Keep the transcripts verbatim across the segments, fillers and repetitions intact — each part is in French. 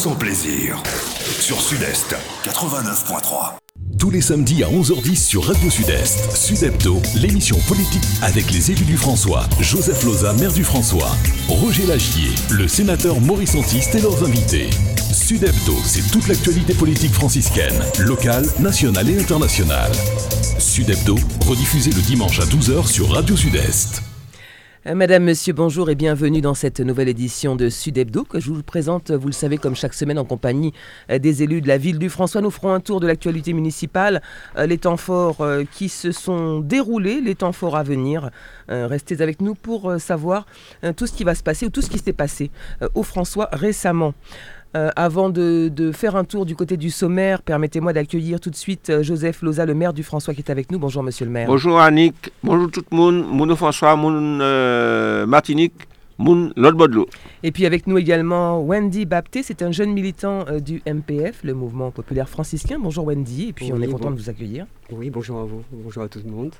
cent plaisir. Sur Sud-Est, quatre-vingt-neuf point trois. Tous les samedis à onze heures dix sur Radio Sud-Est, Sud Hebdo, l'émission politique avec les élus du François, Joseph Loza, maire du François, Roger Lagier, le sénateur Maurice Antiste et leurs invités. Sud Hebdo, c'est toute l'actualité politique franciscaine, locale, nationale et internationale. Sud Hebdo, rediffusé le dimanche à douze heures sur Radio Sud-Est. Madame, Monsieur, bonjour et bienvenue dans cette nouvelle édition de Sud Hebdo que je vous présente, vous le savez, comme chaque semaine en compagnie des élus de la ville du François. Nous ferons un tour de l'actualité municipale, les temps forts qui se sont déroulés, les temps forts à venir. Restez avec nous pour savoir tout ce qui va se passer ou tout ce qui s'est passé au François récemment. Euh, avant de, de faire un tour du côté du sommaire, permettez-moi d'accueillir tout de suite euh, Joseph Loza, le maire du François, qui est avec nous. Bonjour, monsieur le maire. Bonjour, Annick. Bonjour, tout le monde. Mon François, mon euh, Martinique, mon l'autre bord de l'eau. Et puis avec nous également Wendy Bapté, c'est un jeune militant euh, du M P F, le mouvement populaire franciscain. Bonjour, Wendy. Et puis oui, on est content bon. de vous accueillir. Oui, bonjour à vous. Bonjour à tout le monde.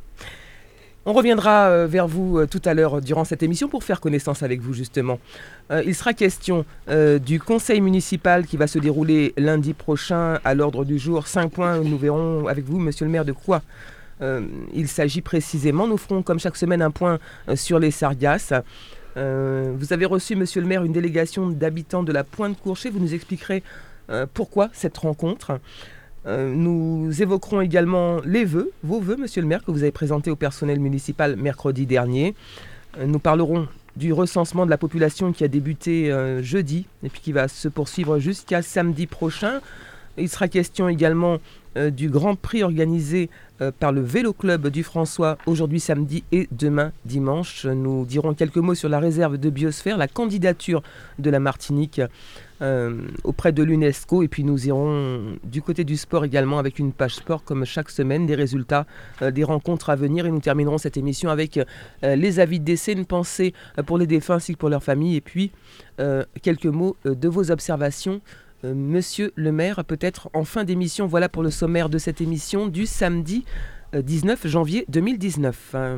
On reviendra euh, vers vous euh, tout à l'heure euh, durant cette émission pour faire connaissance avec vous justement. Euh, il sera question euh, du conseil municipal qui va se dérouler lundi prochain à l'ordre du jour. Cinq points, nous verrons avec vous, monsieur le maire, de quoi euh, il s'agit précisément. Nous ferons comme chaque semaine un point euh, sur les sargasses. Euh, vous avez reçu, monsieur le maire, une délégation d'habitants de la Pointe-Courchet. Vous nous expliquerez euh, pourquoi cette rencontre. Euh, nous évoquerons également les vœux, vos vœux, monsieur le maire, que vous avez présentés au personnel municipal mercredi dernier. Euh, nous parlerons du recensement de la population qui a débuté euh, jeudi et puis qui va se poursuivre jusqu'à samedi prochain. Il sera question également euh, du Grand Prix organisé euh, par le Vélo Club du François aujourd'hui samedi et demain dimanche. Nous dirons quelques mots sur la réserve de biosphère, la candidature de la Martinique Euh, auprès de l'UNESCO, et puis nous irons du côté du sport également avec une page sport comme chaque semaine, des résultats euh, des rencontres à venir, et nous terminerons cette émission avec euh, les avis de décès, une pensée euh, pour les défunts ainsi que pour leurs familles, et puis euh, quelques mots euh, de vos observations. Euh, monsieur le maire, peut-être en fin d'émission, voilà pour le sommaire de cette émission du samedi euh, dix-neuf janvier deux mille dix-neuf. Euh,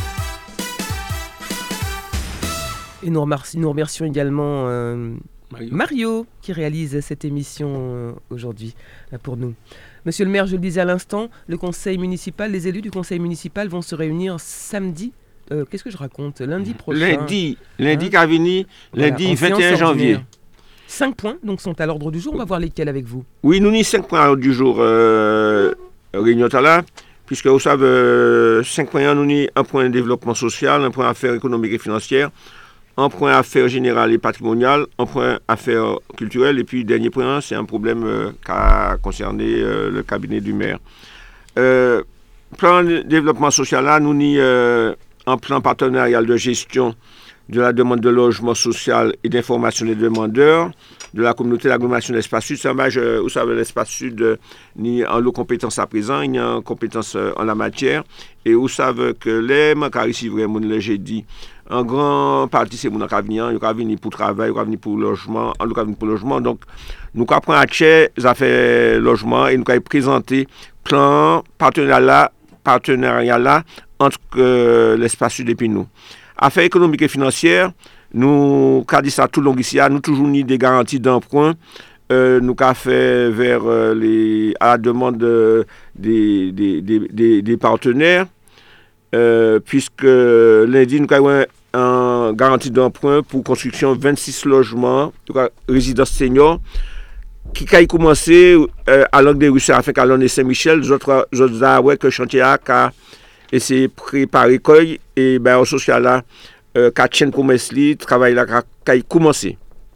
et nous, remerci- nous remercions également euh, Mario. Mario, qui réalise cette émission euh, aujourd'hui euh, pour nous. Monsieur le maire, je le disais à l'instant, le conseil municipal, les élus du conseil municipal vont se réunir samedi, euh, qu'est-ce que je raconte, lundi prochain. Lundi, lundi hein? Cavini, lundi voilà, vingt et un janvier. Cinq points donc sont à l'ordre du jour, on va voir lesquels avec vous. Oui, nous avons cinq points à l'ordre du jour, euh, réunion là, puisque vous savez, euh, cinq points, nous avons un point de développement social, un point affaires économiques et financières, un point affaires générales et patrimoniales, un point affaires culturelles, et puis dernier point, c'est un problème euh, qui a concerné euh, le cabinet du maire. Euh, plan de développement social, là, nous avons euh, un plan partenarial de gestion de la demande de logement social et d'information des demandeurs de la communauté d'agglomération de l'Espace Sud. Ça va, je, vous savez, l'Espace Sud euh, ni en lot compétence à présent, il y a une compétence euh, en la matière. Et vous savez que les manques ici, vraiment, j'ai dit, en grande partie, c'est mon avenir. Il y a venir pour travail, il y a venir pour logement, en tout pour logement. Donc, nous avons à chez les affaires logement et nous avons présenté plan partenariat, partenariat là, entre euh, l'Espace Sud et puis nous. Affaires économiques et financières, nous avons dit ça tout long ici, nous toujours ni des garanties d'emprunt. Euh, nous avons fait vers euh, les, à la demande euh, des, des, des, des, des partenaires, euh, puisque lundi, nous avons une garantie d'emprunt pour construction de vingt-six logements, résidences seniors, qui a commencé euh, à l'angle des Russes, afin qu'à l'angle de Saint-Michel, les autres, les autres ah, que le chantier a et c'est préparé et ben au social là euh, qu'a commerce li travail là qu'a commencé.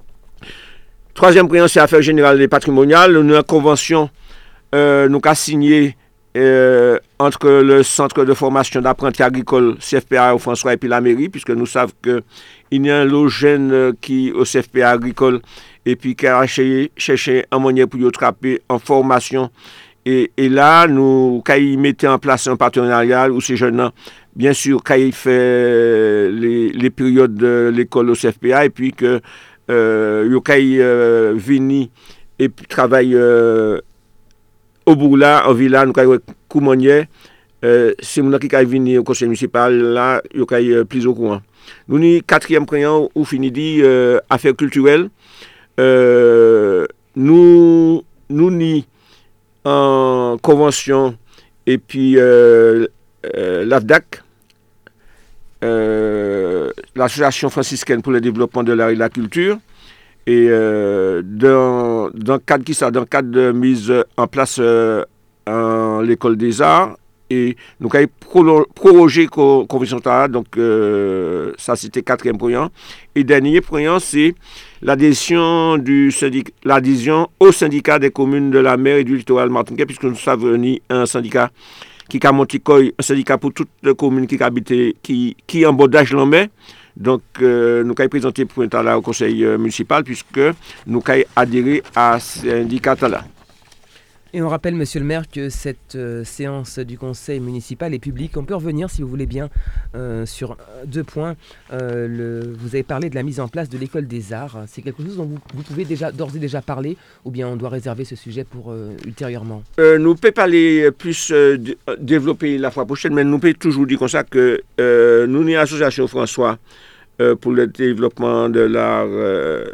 Troisième point, c'est affaires générales et patrimoniales, nous avons une convention euh, nous a signé euh, entre le centre de formation d'apprentis agricoles C F P A au François et puis la mairie, puisque nous savons que il y a un lot jeune qui au C F P A agricole et puis qui a cherché un moyen pour y attraper en formation. Et, et là, nous, quand ils mettaient en place un partenariat où ces jeunes, bien sûr, quand ils font les, les périodes de l'école au C F P A, et puis que euh, quand ils euh, viennent et puis travaillent euh, au bout là, en village, nous, quand ils commandent, euh, c'est mon qui vient au conseil municipal, là, ils sont plus au courant. Nous, nous, quatrième point, où finit dit euh, affaires culturelles. Euh, nous, nous ni en convention et puis euh, euh, l'A F D A C, euh, l'Association franciscaine pour le développement de l'art et de la culture, et euh, dans, dans le cadre qui ça, dans le cadre de mise en place euh, en l'école des arts, et nous avons prorogé la convention là, donc euh, ça c'était quatrième point. Et dernier point, c'est l'adhésion du syndic- l'adhésion au syndicat des communes de la mer et du littoral martiniquais, puisque nous savons ni un syndicat qui a monté un syndicat pour toutes les communes qui habitent, qui qui en bordage l'en mer. Donc euh, nous avons présenté pour là au conseil euh, municipal, puisque nous avons adhéré à ce syndicat là. Et on rappelle, monsieur le maire, que cette euh, séance du conseil municipal est publique. On peut revenir, si vous voulez bien, euh, sur deux points. Euh, le, vous avez parlé de la mise en place de l'école des arts. C'est quelque chose dont vous, vous pouvez déjà, d'ores et déjà parler, ou bien on doit réserver ce sujet pour euh, ultérieurement? euh, Nous pouvons parler plus, euh, d- développer la fois prochaine, mais nous pouvons toujours dire comme ça que euh, nous, une association François euh, pour le développement de l'art euh,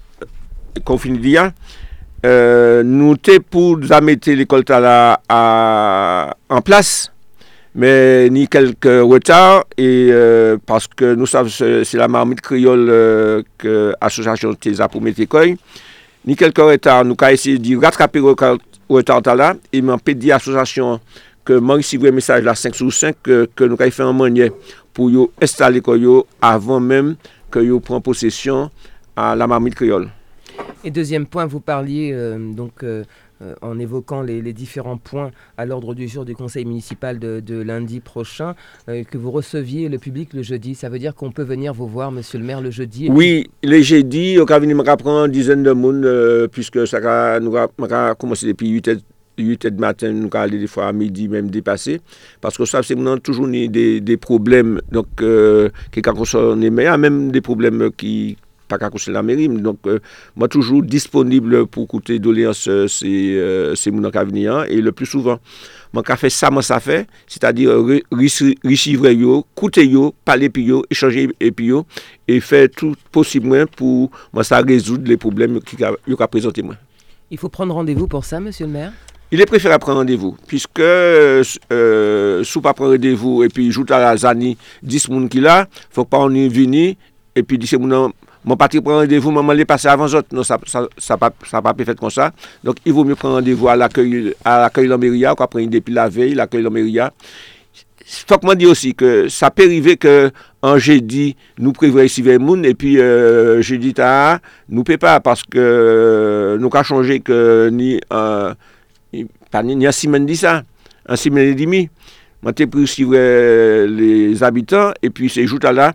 Confinidia, Euh, nous sommes pour mettre l'école là à, en place, mais ni quelques retards, et euh, parce que nous savons que c'est la marmite créole euh, que l'association Tésa pour mettre l'école, ni quelques retards, nous avons essayé de rattraper le retard là, et m'en peut dire à l'association que moi recevrai un message là cinq sur cinq que, que nous avons fait en manière pour yo installer l'école avant même que yo prenne possession à la marmite créole. Et deuxième point, vous parliez euh, donc euh, euh, en évoquant les, les différents points à l'ordre du jour du conseil municipal de, de lundi prochain, euh, que vous receviez le public le jeudi. Ça veut dire qu'on peut venir vous voir, monsieur le maire, le jeudi? Et oui, puis... le jeudi, on va venir me prendre une dizaine de monde, euh, puisque ça va, nous va commencer depuis huit heures du matin, nous allons aller des fois à midi, même dépasser, parce que ça, c'est maintenant toujours des, des problèmes, donc, euh, qui concernent les maires, même des problèmes qui pas qu'à cause de la mairie, donc euh, moi toujours disponible pour écouter doléances euh, c'est euh, c'est mon qui venir, et le plus souvent moi qu'a fait ça moi ça fait, c'est-à-dire richivrer yo, coûter yo, parler puis yo, échanger et puis yo, et faire tout possible pour moi ça résoudre les problèmes qui yo qu'a présenté moi. Il faut prendre rendez-vous pour ça, monsieur le maire? Il est préférable prendre rendez-vous, puisque euh, si on pas prendre rendez-vous et puis joute à la zani dix personnes qui là, faut pas on y venir et puis dire mon mon parti prend rendez-vous, maman les passer avant autres. Non, ça ça ça pas ça pas fait comme ça. Donc il vaut mieux prendre rendez-vous à l'accueil à l'accueil l'Améria, quoi prendre depuis la veille, l'accueil l'Améria. Faut que moi dire aussi que ça peut arriver que en jeudi nous prévoyons ici vers moun et puis euh, jeudi tard nous peut pas parce que euh, nous qu'a changé que ni euh, pas ni en semaine dit ça, en semaine et demi. Moi t'ai pris suivre les habitants et puis ces jours là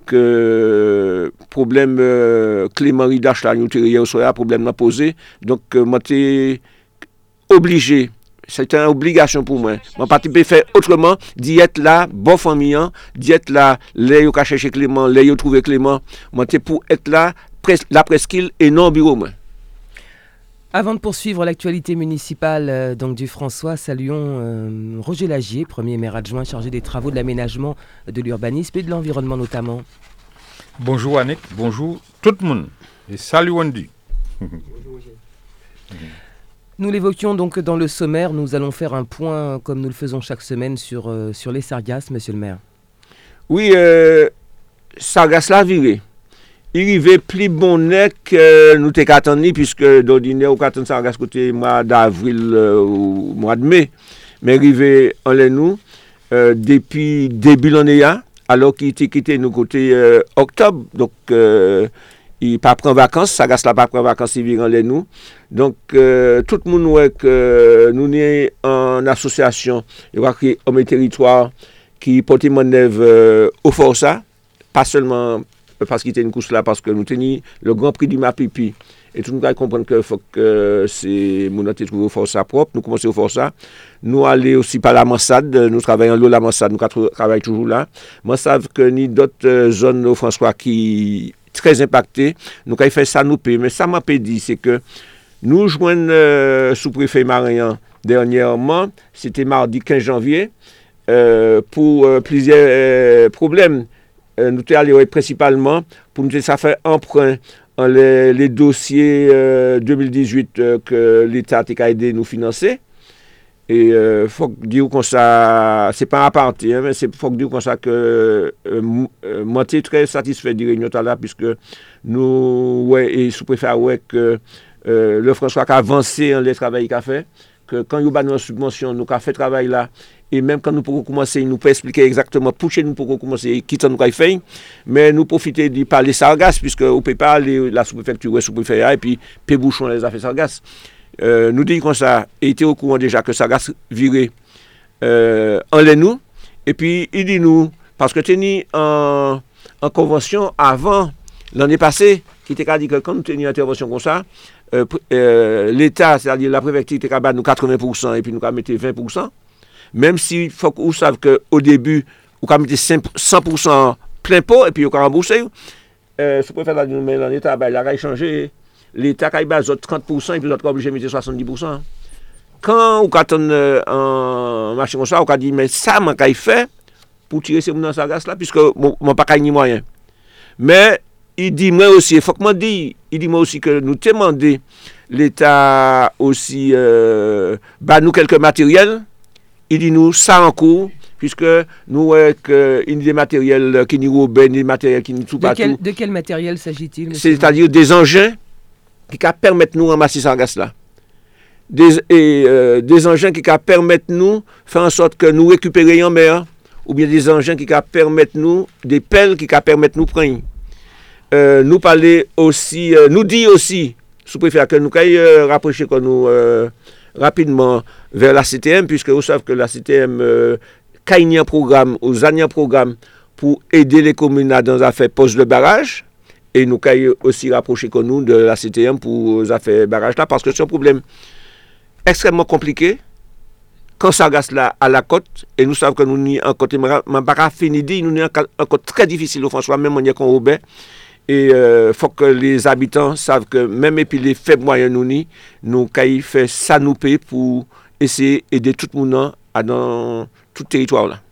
que problème euh, Clément Ridache là nous hier au soir problème m'a posé, donc euh, moi t'ai obligé, c'était une obligation pour moi, moi pas peut faire autrement, d'y être là bon famille, d'y être là là yo ka chercher Clément, là yo trouver Clément, moi t'ai pour être là pres- la presqu'île et non bureau moi. Avant de poursuivre l'actualité municipale euh, donc du François, saluons euh, Roger Lagier, premier maire adjoint chargé des travaux de l'aménagement, de l'urbanisme et de l'environnement notamment. Bonjour Annick, bonjour tout le monde et salut Wendy. Nous l'évoquions donc dans le sommaire, nous allons faire un point comme nous le faisons chaque semaine sur, euh, sur les sargasses, monsieur le maire. Oui, euh, sargasses la virée. Il arrivait plus bon que nous t'es attendu puisque d'ordinaire on attend ça côté mois d'avril euh, ou mois de mai, mais arrivé en nous euh, depuis début l'année alors qu'il était quitté nous côté euh, octobre, donc euh, il pas prend vacances, ça gasse là pas prend vacances il vient en nous, donc euh, tout le monde ouais que nous sommes en association il va créer homme et territoire qui porte manœuvre euh, au Força, pas seulement parce qu'il était une course là, parce que nous tenions le Grand Prix du Mapipi. Et tout le monde comprend que faut que c'est mon autre trouvé au Força propre. Nous commençons au Força. Nous allons aussi par la Mansade. Nous travaillons l'eau la Mansade. Nous travaillons toujours là. Moi, savent que ni d'autres zones au François qui très impactées. Nous avons fait ça nous paye. Mais ça m'a pas dit, c'est que nous joignons euh, sous-préfet Marian dernièrement. C'était mardi quinze janvier euh, pour euh, plusieurs euh, problèmes. Euh, nous sommes allés principalement pour nous ça faire emprunt en les, les dossiers euh, deux mille dix-huit euh, que l'État a aidé nous financer. Et il euh, faut dire comme ça, c'est pas à partir, hein, mais il faut dire comme ça que euh, euh, moi j'étais très satisfait de réunion là, puisque nous, ouais, et sous-préfet, ouais, que euh, le François a avancé dans le travail qu'il a fait, que quand il y a une subvention, nous avons fait le travail là, et même quand nous pouvons commencer, nous pouvons expliquer exactement pour nous pouvons commencer, qui nous avons fait, mais nous profiter de parler sargasses, puisque on ne peut pas aller la sous-préfecture ou sous-préfet, et puis Pébouchon les a fait sargasses. Euh, nous disons comme ça, il était au courant déjà que ça va virer euh, en les nous. Et puis il dit nous, parce que tenu en, en convention avant l'année passée, qui était dit que quand nous tenions une intervention comme ça, euh, euh, l'État, c'est-à-dire la préfecture, était capable de nous quatre-vingts pour cent et puis nous avons mis vingt pour cent. Même si il faut que vous savez qu'au début, vous avez mis cent pour cent plein pot et puis vous avez remboursé. Euh, ce préfet a dit, mais l'État, ben, il a changé. L'État a bas trente pour cent et puis l'autre obligé de mettre soixante-dix pour cent. Quand on attend un marché comme ça, on a dit, mais ça, man kay fait pour tirer ces gens dans sa gasse là, puisque mon pas kay ni moyen. Mais il dit moi aussi, il faut que moi dise, il dit moi aussi que nous demandons l'État aussi euh, bah nous quelques matériels. Il dit nous ça en cours, puisque nous avons des matériels qui nous robent, des matériels qui nous tout de quel, partout. de quel matériel s'agit-il? C'est-à-dire des engins qui permettent de nous ramasser ça gaz là. Des, et, euh, des engins qui permettent de nous faire en sorte que nous récupérions en mer, ou bien des engins qui permettent de nous, des pelles qui permettent de nous prendre. Euh, nous parler aussi, euh, nous dire aussi, sous-préfet, que nous allons euh, rapprocher que nous euh, rapidement vers la C T M, puisque vous savez que la C T M euh, a un programme, aux un programme pour aider les communes dans les affaires poste de barrage. Et nous allons aussi rapprocher que nous de la C T M pour les affaires barrage là, parce que c'est un problème extrêmement compliqué. Quand ça gasse là à la côte, et nous savons que nous sommes en côté, ma fini dit, nous sommes en côte très difficile au François, même on y a qu'on Robert. Et il euh, faut que les habitants savent que même et puis les faibles moyens nous ni, nous allons faire ça nous payer pour essayer d'aider tout le monde dans tout le territoire là.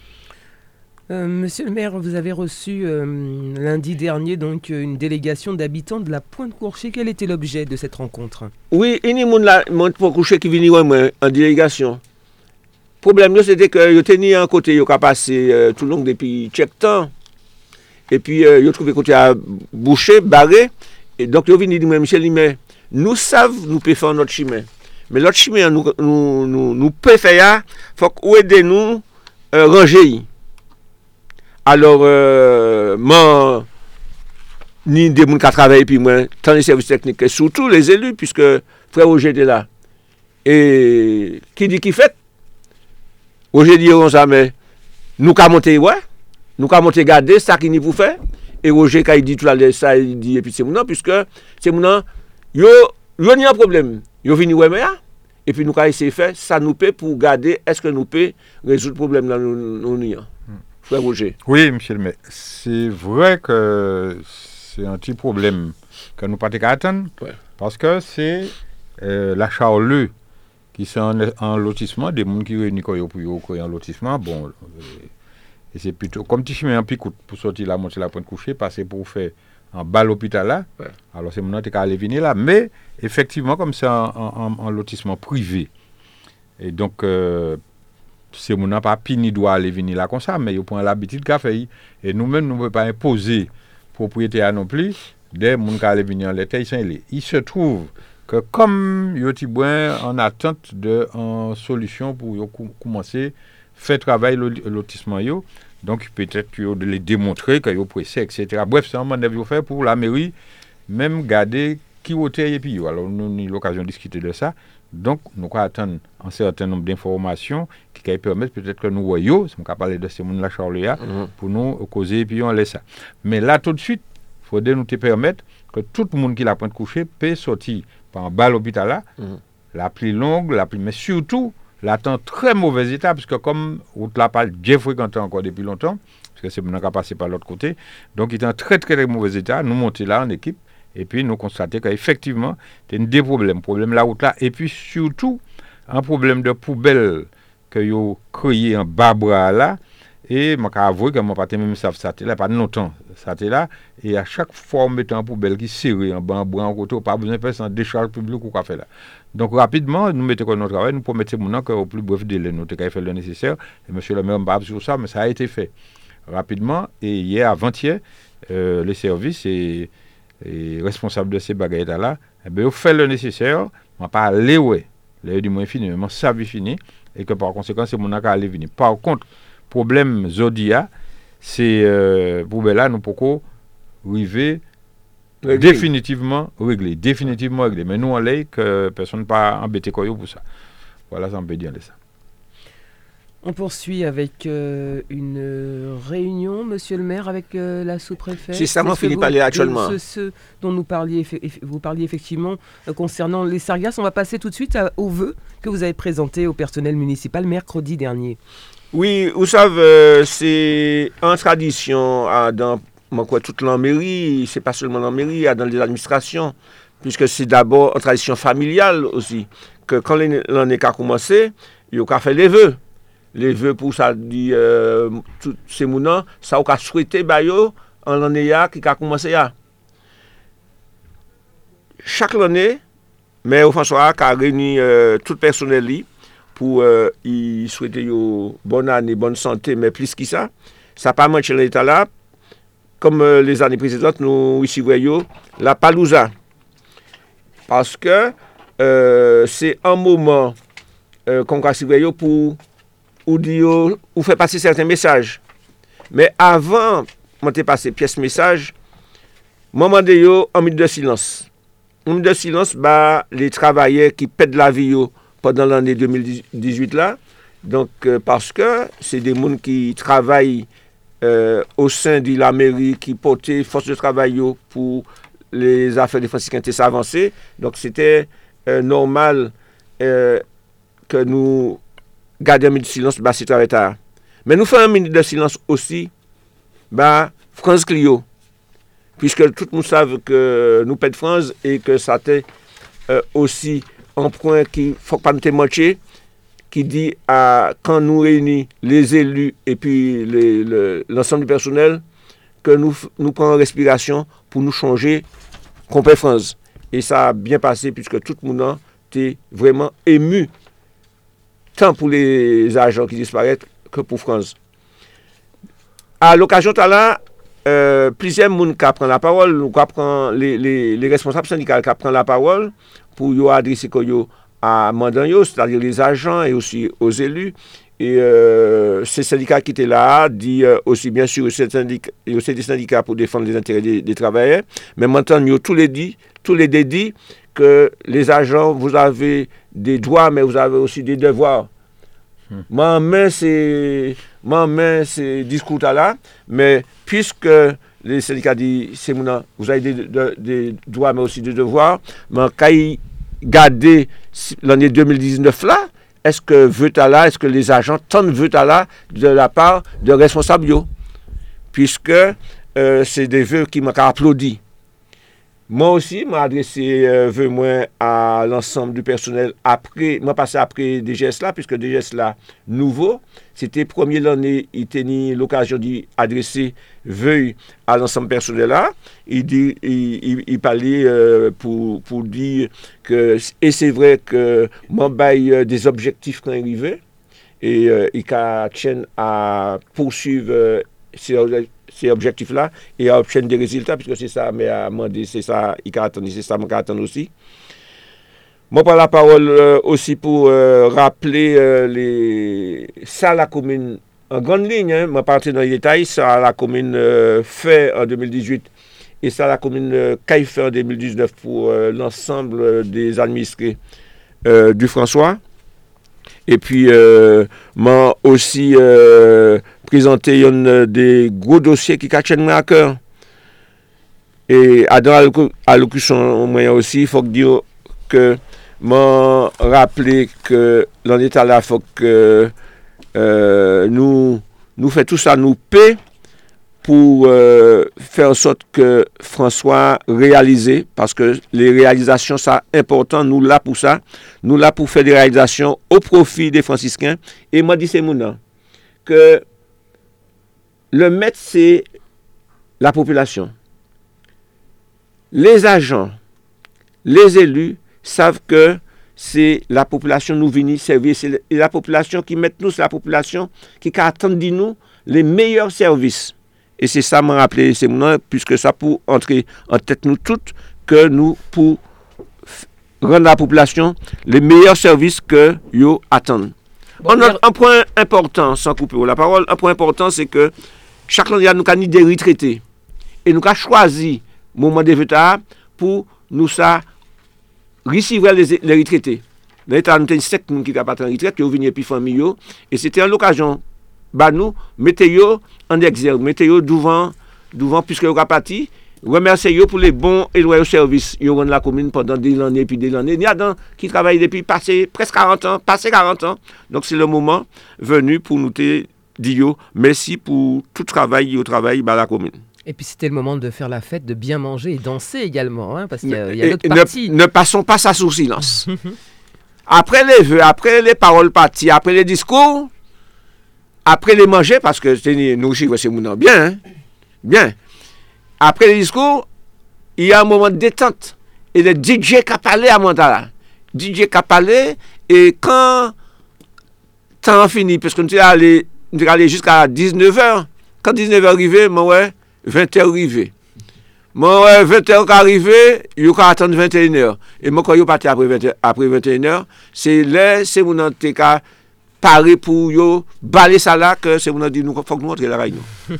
Euh, Monsieur le maire, vous avez reçu euh, lundi dernier donc une délégation d'habitants de la Pointe-Courchet. Quel était l'objet de cette rencontre? Oui, il y a des gens de Pointe-Courchet qui viennent en délégation. Le problème, c'était que ils tenaient un côté, ils ont passé euh, tout le long depuis quelques temps. Et puis, ils euh, ont trouvé côté à boucher, barré. Et donc, ils ont venu dire, Michel, mais nous savons, nous pouvons faire notre chemin. Mais l'autre chemin, nous, nous, nous, nous pouvons faire, il faut qu'on aide nous euh, ranger. Alors, euh, moi, ni des gens qui travaillent, puis moi, tant les services techniques, et surtout les élus, puisque frère Roger était là. Et qui dit qui fait? Roger dit, on ça, mais nous qu'à monter, ouais, nous qu'à monter garder, ça qui nous pour faire. Et Roger, quand il dit tout là, ça, il dit, et puis c'est mon nom, puisque c'est mon nom, yo, yo n'y a un problème. Yo vini ouais, mais et puis nous qu'à essayer de faire, ça nous paie pour garder, est-ce que nous peut résoudre le problème là, nous, nous, nous, Frère Roger. Oui, monsieur le maire. C'est vrai que c'est un petit problème que nous ne pouvons pas attendre. Ouais. Parce que c'est euh, la Charleux qui sont en, en lotissement, des gens qui réunissent pour en lotissement. Bon, euh, et c'est plutôt comme petit chemin en picoute pour sortir la monter la pointe couchée, passer pour faire en bas l'hôpital là. Ouais. Alors c'est mon qui aller venir là. Mais effectivement, comme c'est en, en, en lotissement privé. Et donc, euh, c'est mon n'a pas pini doit aller venir là comme ça, mais ils prennent l'habitude qu'a fait. Et nous-mêmes, nous ne pouvons pas imposer propriétaire non plus des gens qui allaient venir en l'état. Il se trouve que comme ils sont en attente d'une solution pour commencer à faire travail le lotissement, donc peut-être de les démontrer qu'ils sont pressés, et cetera. Bref, c'est un manœuvre fait pour la mairie, même garder qui est et puis. Alors, nous avons eu l'occasion de discuter de ça. Donc, nous allons attendre un certain nombre d'informations qui permettent peut-être que nous voyons, si on peut parler de ce monde-là, Charles, pour nous causer et puis on laisse ça. Mais là, tout de suite, il faudrait nous te permettre que tout le monde qui l'a point de coucher peut sortir par en bas l'hôpital là, mm-hmm. la plus longue, la plus, mais surtout, l'attend très mauvais état, parce que comme on l'a pas bien fréquenté encore depuis longtemps, parce que c'est maintenant qu'à passer par l'autre côté, donc il est en très très, très mauvais état, nous monter là en équipe, et puis nous constater qu'effectivement, il y a des problèmes, problème la route là, et puis surtout, un problème de poubelle que vous créé en bas bras là, Et je avoué que je n'ai pas même ça, ça là, pas longtemps, ça là. Et à chaque fois, on met en poubelle qui serré, en bas, en bas, en côté, pas besoin de faire sans décharge publique ou quoi faire là. Donc rapidement, nous mettons notre travail, nous promettons maintenant qu'au plus bref délai, nous avons fait le nécessaire. Et monsieur le maire m'a sur ça, mais ça a été fait rapidement. Et hier, avant-hier, euh, les services et, et responsables de ces bagailles-là, eh bien, ils ont fait le nécessaire, on pas aller, ouais, l'air du moins fini, mais ça va fini. Et que par conséquent, c'est mon cas aller venir. Par contre, problème Zodia, c'est euh, pour là nous pouvons arriver définitivement réglé, définitivement réglé. Mais nous on l'est que personne pas embêté quoi pour ça. Voilà, ça on peut dire ça. On poursuit avec euh, une réunion, monsieur le maire, avec euh, la sous-préfète. C'est ça, moi, Philippe Allais, actuellement. Ce, ce dont nous parliez, vous parliez effectivement euh, concernant les sargasses. On va passer tout de suite à, aux vœux que vous avez présentés au personnel municipal mercredi dernier. Oui, vous savez, euh, c'est en tradition à, dans moi, quoi, toute la mairie, c'est pas seulement la mairie, dans les administrations, puisque c'est d'abord une tradition familiale aussi, que quand l'année a commencé, il y a fait les vœux. Les vœux pour ça, dit, euh, tous ces mounans, ça a souhaité bayo en l'année qui a commencé à. Chaque année, mais François a réuni euh, tout le personnel pour euh, y souhaiter une bonne année, bonne santé, mais plus que ça, ça n'a pas manqué l'état là. Comme euh, les années précédentes, nous ici voyons la Palouza. Parce que euh, c'est un moment euh, qu'on va surveiller pour ou dire ou faire passer certains messages. Mais avant de faire passer pièce message, moment de yo en minute de silence. En minute de silence, bah, les travailleurs qui pètent la vie yo, pendant l'année deux mille dix-huit là, donc euh, parce que c'est des gens qui travaillent euh, au sein de la mairie, qui portaient force de travail yo, pour les affaires des franciscains avancées. Donc c'était euh, normal euh, que nous garder un minute de silence, bah, c'est très tard. Mais nous faisons un minute de silence aussi, bah, France Clio, puisque tout le monde sait que nous pète France et que ça était euh, aussi un point qui ne faut pas nous manquer, qui dit à, quand nous réunissons les élus et puis les, le, l'ensemble du personnel, que nous, nous prenons une respiration pour nous changer qu'on pète France. Et ça a bien passé puisque tout le monde était vraiment ému, tant pour les agents qui disparaissent que pour France. À l'occasion de là, euh, plusieurs personnes qui prennent la parole, les, les, les responsables syndicaux qui prennent la parole pour y adresser à Mandanyo, c'est-à-dire les agents et aussi aux élus. Et euh, ces syndicats qui étaient là disent euh, aussi bien sûr aussi des syndicats pour défendre les intérêts des, des travailleurs, mais maintenant nous tous les dit, tous les dédits que les agents, vous avez des droits, mais vous avez aussi des devoirs. Hmm. Ma main, c'est ma main, c'est discours là, mais puisque les syndicats disent, c'est mon, vous avez des, des, des droits, mais aussi des devoirs, mais quand ils gardent l'année deux mille dix-neuf là, est-ce que veut là, est-ce que les agents tendent veut là de la part de responsables, puisque euh, c'est des vœux qui m'ont applaudi. Moi aussi, m'a adressé euh, vœux moi à l'ensemble du personnel après, moi passé après D G S là, puisque D G S là nouveau, c'était première l'année, il tenait l'occasion d'y adresser vœux à l'ensemble personnel là. Il dit, il, il, il parlait euh, pour pour dire que et c'est vrai que moi bail des objectifs quand arrivé et euh, il tient à poursuivre euh, ces ces objectifs-là et à obtenir des résultats, puisque c'est ça, mais à demander, c'est ça, il attend, c'est ça, moi, attend aussi. Moi, prends la parole euh, aussi pour euh, rappeler euh, les... ça, la commune, en grande ligne, hein, moi, partir dans les détails, ça, la commune euh, fait en deux mille dix-huit et ça, la commune euh, fait en deux mille dix-neuf pour euh, l'ensemble des administrés euh, du François. Et puis, euh, m'a aussi euh, présenté un des gros dossiers qui tiennent à cœur. Et à dans l'allocution moyen aussi, il faut dire que m'a rappelé que dans l'état là, il faut que euh, nous nous fait tout ça, nous paie pour euh, faire en sorte que François réalise, parce que les réalisations, c'est important, nous là pour ça, nous là pour faire des réalisations au profit des franciscains. Et moi, dis c'est mon que le maître, c'est la population. Les agents, les élus savent que c'est la population nous venir servir. C'est la population qui met nous, c'est la population qui attend de nous les meilleurs services. Et c'est ça m'a rappelé, c'est mon puisque ça pour entrer en tête nous toutes, que nous, pour rendre à la population les meilleurs services que yo attendent. Bon, on a un point important, sans couper la parole, un point important, c'est que chaque année, nous avons des retraités. Et nous avons choisi le moment de vote pour nous ça recevoir les, les retraités. Dans l'État, nous avons cinq personnes qui ont pas en retraite, qui ont venu puis famille. Et c'était en l'occasion, bah nous, mettez-yo en exergue, mettez-yo devant, devant, puisque vous avez parti. Remerciez-vous pour les bons et loyaux services qu'ils ont rendu la commune pendant des années et puis des années. Il y a des gens qui travaillent depuis passé, presque quarante ans, passé quarante ans. Donc c'est le moment venu pour nous dire merci pour tout travail au travail dans la commune. Et puis c'était le moment de faire la fête, de bien manger et danser également, hein, parce qu'il y a, il y a d'autres parties. Ne, ne passons pas ça sous silence. Après les vœux, après les paroles parties, après les discours, après les manger, parce que c'est nous aussi, c'est mon bien, hein, bien. Après les discours, il y a un moment de détente. Et le D J qui a parlé à Montala. D J qui a parlé, et quand temps fini, parce qu'on est allé, allé jusqu'à dix-neuf heures, quand dix-neuf heures arrivé, moi, ouais, vingt heures arrivé. Moi, ouais, vingt heures arrivé, il faut attendre vingt et une heures. Et moi, quand je parti après vingt, après vingt et une heures, c'est là, c'est mon antéka paré pour yo, balayer ça là, que c'est mon dit, nous, faut que nous rentrions la réunion.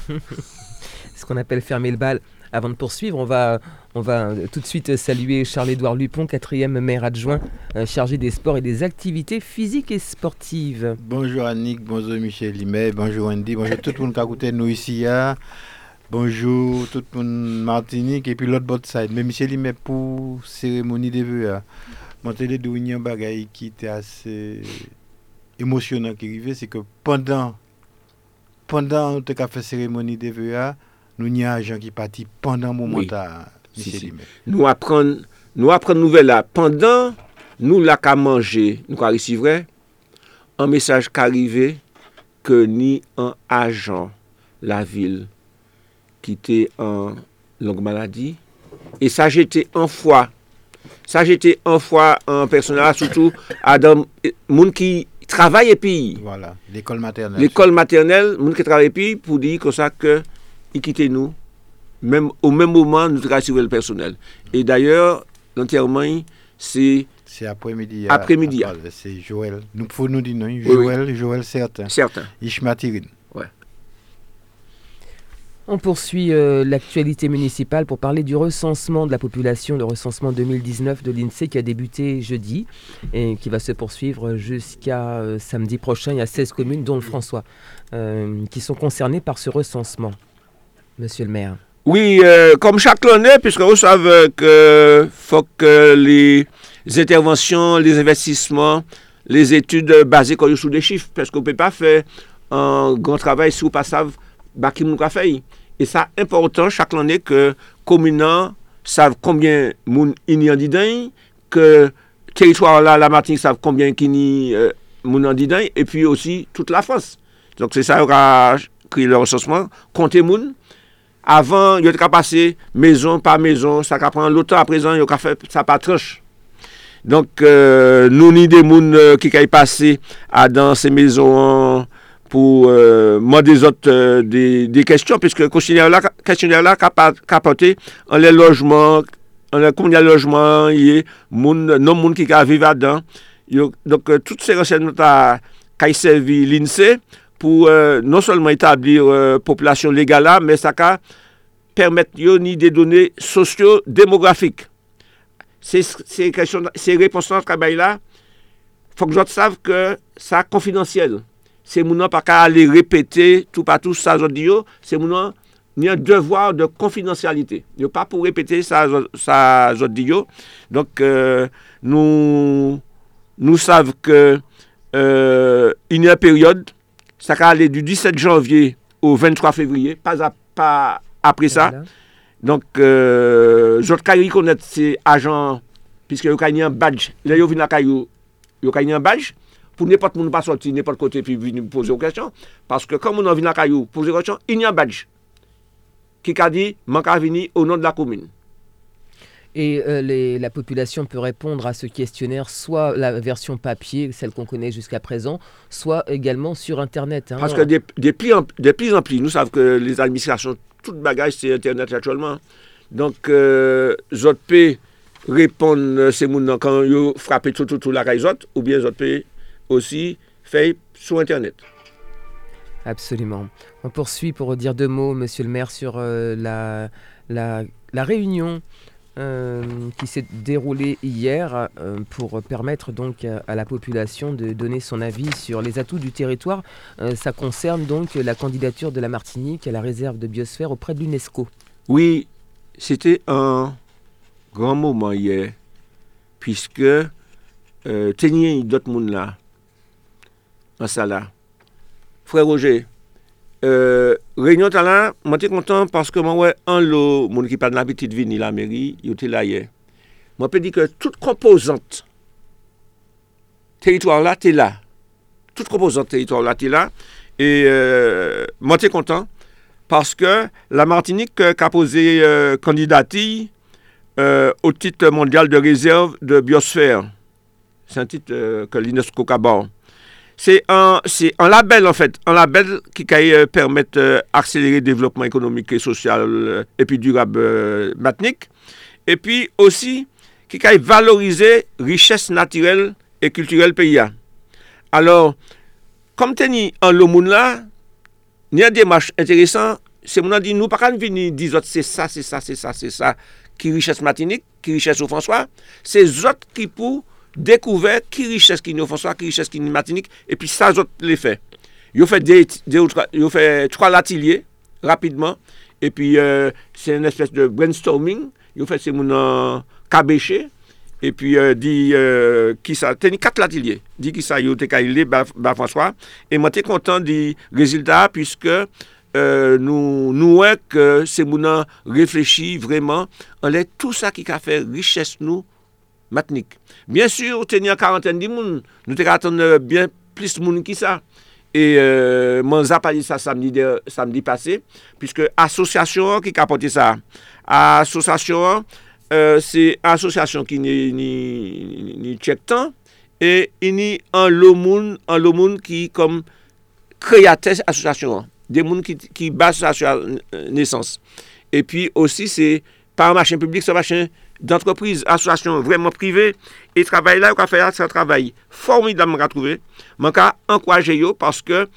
Ce qu'on appelle fermer le bal. Avant de poursuivre, on va, on va tout de suite saluer Charles-Édouard Lupon, quatrième maire adjoint euh, chargé des sports et des activités physiques et sportives. Bonjour Annick, bonjour Michel Limet, bonjour Andy, bonjour tout le monde qui a écouté nous ici. Hein. Bonjour tout le monde Martinique et puis l'autre bord side. Mais Michel Limet pour cérémonie des vœux. Hein. Mon télé de un bagay qui était assez émotionnant qui arrivait, c'est que pendant pendant on a fait cérémonie des vœux, nous n'y a gens qui parti pendant le moment là. Si, si. Nous apprenons nous apprenons nouvelle là pendant nous là qu'à manger, nous qu'à recevoir un message qui arrivé que ni un agent la ville qui était en longue maladie et ça j'étais en foi. Ça j'étais en foi en personnel surtout à dans monde qui travaille et puis voilà, l'école maternelle. L'école maternelle, monde qui travaille et puis pour dire comme ça que il quittait nous, même au même moment, nous rassurer le personnel. Et d'ailleurs, l'enterrement, c'est... C'est après-midi. Après-midi. Après, c'est Joël. Nous pouvons nous dire non, Joël, oui, oui. Joël certain. Certain. Ishmatirine. Ouais. On poursuit euh, l'actualité municipale pour parler du recensement de la population, le recensement deux mille dix-neuf de l'INSEE qui a débuté jeudi et qui va se poursuivre jusqu'à euh, samedi prochain. Il y a seize communes, dont le François, euh, qui sont concernées par ce recensement. Monsieur le maire. Oui, euh, comme chaque année, puisque vous savez qu'il faut que les interventions, les investissements, les études basées sur des chiffres, parce qu'on ne peut pas faire un grand travail si vous ne savez pas qui nous a fait. Et ça important chaque année que les communes savent combien il y a dedans, que le territoire là, la Martinique savent combien il y a dedans, et puis aussi toute la France. Donc c'est ça qui a créé le recensement, compter moun. Avant, il y a passé maison par maison, ça a pris longtemps, à présent, il y a fait ça par tranche. Donc, euh, nous, ni des gens euh, qui ont passé à dans ces maisons pour euh, moi des autres euh, des, des questions, puisque le questionnaire là, questionnaire là capoté en les logements, en les combien de logements, il y a non monde qui vivent là-dedans. Donc, euh, toutes ces renseignements qui ont servi l'INSEE pour euh, non seulement établir euh, population légale là, mais ça va permettre ni des données socio-démographiques. Ces ces questions, ces réponses là, il faut que je sache que ça est confidentiel. C'est mon pas qu'à aller répéter tout partout ça je dis c'est mon ni un devoir de confidentialité. Il pas pour répéter ça ça je dis donc euh, nous nous savons que euh, il y a une période ça va aller du dix-sept janvier au vingt-trois février, pas, à, pas après ça. Voilà. Donc, euh, je vais reconnaître ces agents, puisque il y a un badge. Là, il y a un badge. Il pour n'importe qui pas sortir n'importe côté puis venir poser une question. Parce que comme on vient à Caillou poser une question, il y a un badge qui a dit « manque à venir au nom de la commune ». Et euh, les, la population peut répondre à ce questionnaire, soit la version papier, celle qu'on connaît jusqu'à présent, soit également sur Internet. Hein. Parce que des, des, plis en, des plis en plis, nous savons que les administrations, toute bagage, c'est Internet actuellement. Donc, euh, autres pays répondent ces gens quand ils frappent tout, tout, tout la caille autres, ou bien les autres pays aussi fait sur Internet. Absolument. On poursuit pour dire deux mots, monsieur le maire, sur euh, la, la, la réunion Euh, qui s'est déroulé hier euh, pour permettre donc à, à la population de donner son avis sur les atouts du territoire. Euh, ça concerne donc la candidature de la Martinique à la réserve de biosphère auprès de l'UNESCO. Oui, c'était un grand moment hier, puisque euh, tenir d'autres monde là, en ça là. Frère Roger, Euh, réunion là, moi j'étais content parce que moi ouais un lot monde qui pas de l'habitude de venir la mairie, il était là hier. Moi peux dire que toute composante territoire là t'es là. Toute composante territoire là t'es là et euh, moi j'étais content parce que la Martinique euh, a posé euh, candidature euh, au titre mondial de réserve de biosphère. C'est un titre euh, que l'UNESCO a bon. C'est un, c'est un label, en fait, un label qui peut permettre d'accélérer euh, le développement économique et social euh, et puis durable euh, Martinique. Et puis aussi, qui peut valoriser richesse naturelle et culturelle pays. Alors, comme tu dis en le monde là, il y a une démarche intéressante. C'est mon dit, nous, pas quand venir dire c'est ça, c'est ça, c'est ça, c'est ça, qui richesse Martinique, qui richesse au François. C'est autres qui pour découvert qui richesse qui nous François, qui richesse qui nous Martinique, et puis ça, autres les fait. Ils fait des, des ils fait trois latiliers rapidement, et puis euh, c'est une espèce de brainstorming. Ils fait c'est mon euh, cabéché, et puis euh, dit euh, qui ça, tenu quatre latiliers, dit qui ça, ils ont bah, bah François, et moi t'es content du résultat puisque euh, nous nous ouais que c'est mon réfléchi vraiment, on est tout ça qui a fait richesse nous. Martinique. Bien sûr, tenir une quarantaine de monde, nous attendons bien plus de monde que ça. Et euh, moi, j'ai pas dit ça samedi, de, samedi passé, puisque l'association qui a porté ça, l'association, euh, c'est une association qui n'est ni, ni check temps, et il y a un monde, un monde qui comme créateur association, des gens qui, qui basent ça sur la naissance. Et puis aussi, c'est pas un marché public, c'est un marché d'entreprise, association vraiment privée, et travail là, on a fait un travail formidable à trouver. Je vais encourager parce que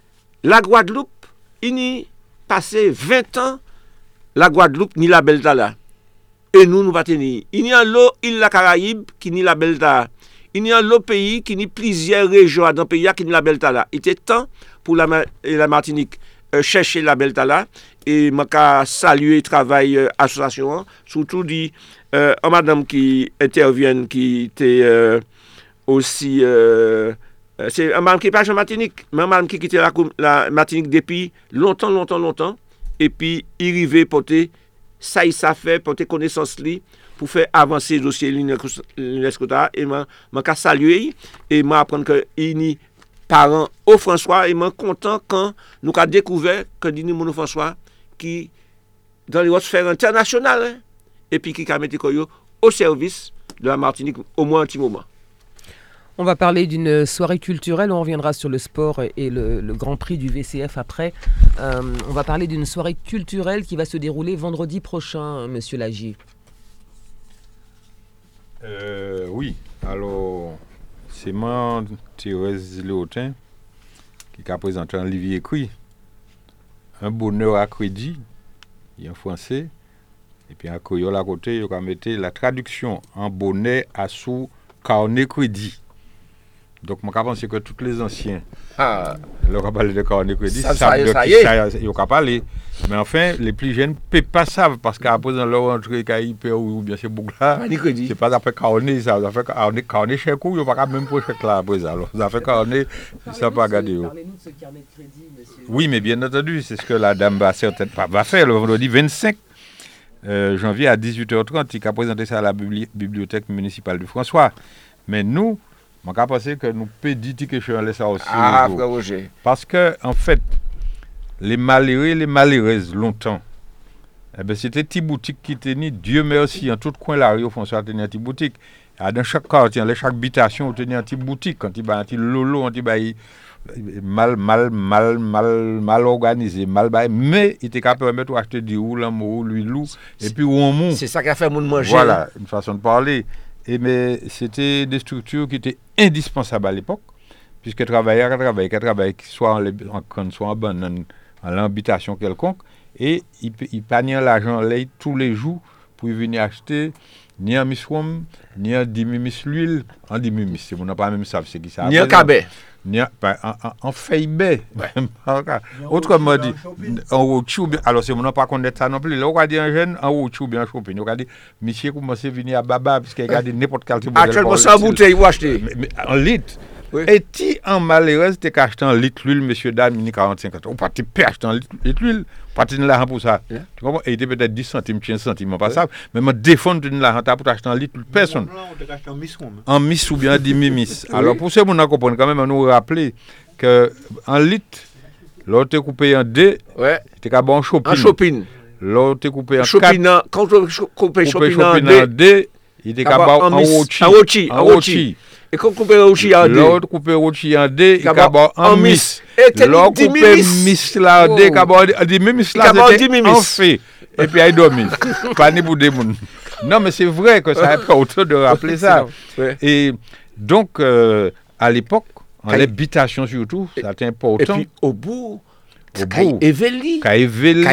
la Guadeloupe, il y a passé vingt ans, la Guadeloupe ni la Belta là. Et nous, nous pas tenir. Il y a l'eau, île la Caraïbe qui ni la Belta. Il y a l'autre pays qui ni plusieurs régions dans le pays qui ni la Belta là. Il était temps pour la, la Martinique euh, chercher la Belta là. Et je vais saluer le travail euh, association, surtout dit euh, une madame qui intervient, qui était euh, aussi. Euh, c'est un madame qui n'est pas en Martinique, mais un madame qui quittait la, la Martinique depuis longtemps, longtemps, longtemps. Et puis, il arrivait pour te, ça, il ça fait, pour tes connaissances li, pour faire avancer le dossier l'UNESCO. Et je vais saluer et je vais apprendre qu'il y a parents au François. Et je suis content quand nous avons découvert que nous François qui, dans les autres sphères internationales, hein, et puis qui a mis au service de la Martinique au moins un petit moment. On va parler d'une soirée culturelle, on reviendra sur le sport et le, le Grand Prix du V C F après. Euh, on va parler d'une soirée culturelle qui va se dérouler vendredi prochain, monsieur Lagier. Euh, oui, alors c'est moi, Thérèse Léotin, qui a présenté un livre écrit, Un bonheur à crédit, en français, et puis en créole à côté, il a mis la traduction en bonnet à sous carnet crédit. Donc, je pense que tous les anciens, ah. leur parlé de carnet crédit, ça, savent ça, de ça qui ça, ils ont parlé. Mais enfin, les plus jeunes ne peuvent pas savoir, parce qu'après, dans leur entrée, quand ils payent ou bien c'est boucla, c'est pas après carnet, ça fait carnet, carnet chez coup, ils n'ont pas même pour chèque là après. Alors, ça fait carnet, ça pas garder. Parlez-nous de ce carnet de crédit, monsieur. Oui, mais bien entendu, c'est ce que la dame va certainement va faire le vendredi vingt-cinq euh, janvier à dix-huit heures trente. Il a présenté ça à la bibli- bibliothèque municipale de François. Mais nous, Je pense que nous pouvons dire que je suis ça aussi. Ah, frère Roger. Parce que, en fait, les malheureux, les malheureuses, longtemps, eh ben, c'était des boutiques qui tenaient, Dieu merci, en tout coin la rue, François tenait une petite boutique. Dans chaque quartier, dans chaque habitation, on tenait une petite boutique. Quand il y a un petit lolo, on dit mal, mal, mal, mal, mal organisé, mal bail, mais il était capable de permettre d'acheter du roule, ou l'huile, et puis où on monte. C'est ça qui a fait mon manger. Voilà, une façon de parler. Et mais c'était des structures qui étaient indispensables à l'époque, puisque travailler, travailler, travailler, soit en, en, soit en banane, en l'habitation quelconque, et il, il paniait l'argent là tous les jours pour venir acheter ni un miswam, ni un dimimis l'huile, un dimimis, c'est mon pas même ça, c'est qui ça. Ni un cabet. Ni un, ben, en, en, en feuille-baie. Autrement dit, en rochou, alors c'est mon pas connaître ça non plus. Là, on va dire un jeune en rochou bien shopping. On va dire, monsieur commence à venir à Baba, puisqu'il regarde n'importe quel type de actuellement, sans bouteille, vous achetez. Mais, mais en litre. Oui. Et si en malheureuse, tu as acheté un litre d'huile, monsieur, dame, ni quarante-cinq ans. On peut pas acheter un litre d'huile. Pas de l'argent pour ça. Yeah. Tu comprends? Et il était peut-être dix centimes, quinze centimes, pas ça. Mais je défends de l'argent pour acheter un litre, personne. En miss ou bien dix mimis. Alors pour ça, on comprend quand même, nous rappeler qu'un litre, l'autre est coupé en deux, ouais. Tu es bon shopping. En shopping. L'autre est coupé en quatre. Quand on coupe shopping en deux, il est bon en rochi. En rochi. En rochi. Et quand on coupe rochi en deux. L'autre coupe rochi en deux, il est bon en miss. Et l'autre coupe miss là, deux, il miss là, c'était en fait. Et puis il dormi. Pas ni pour des monde. Non, mais c'est vrai que ça n'est pas autant de rappeler ça. Et donc, euh, à l'époque, en habitation surtout, c'était important. Et puis au bout, au bout, Eveli, Eveli,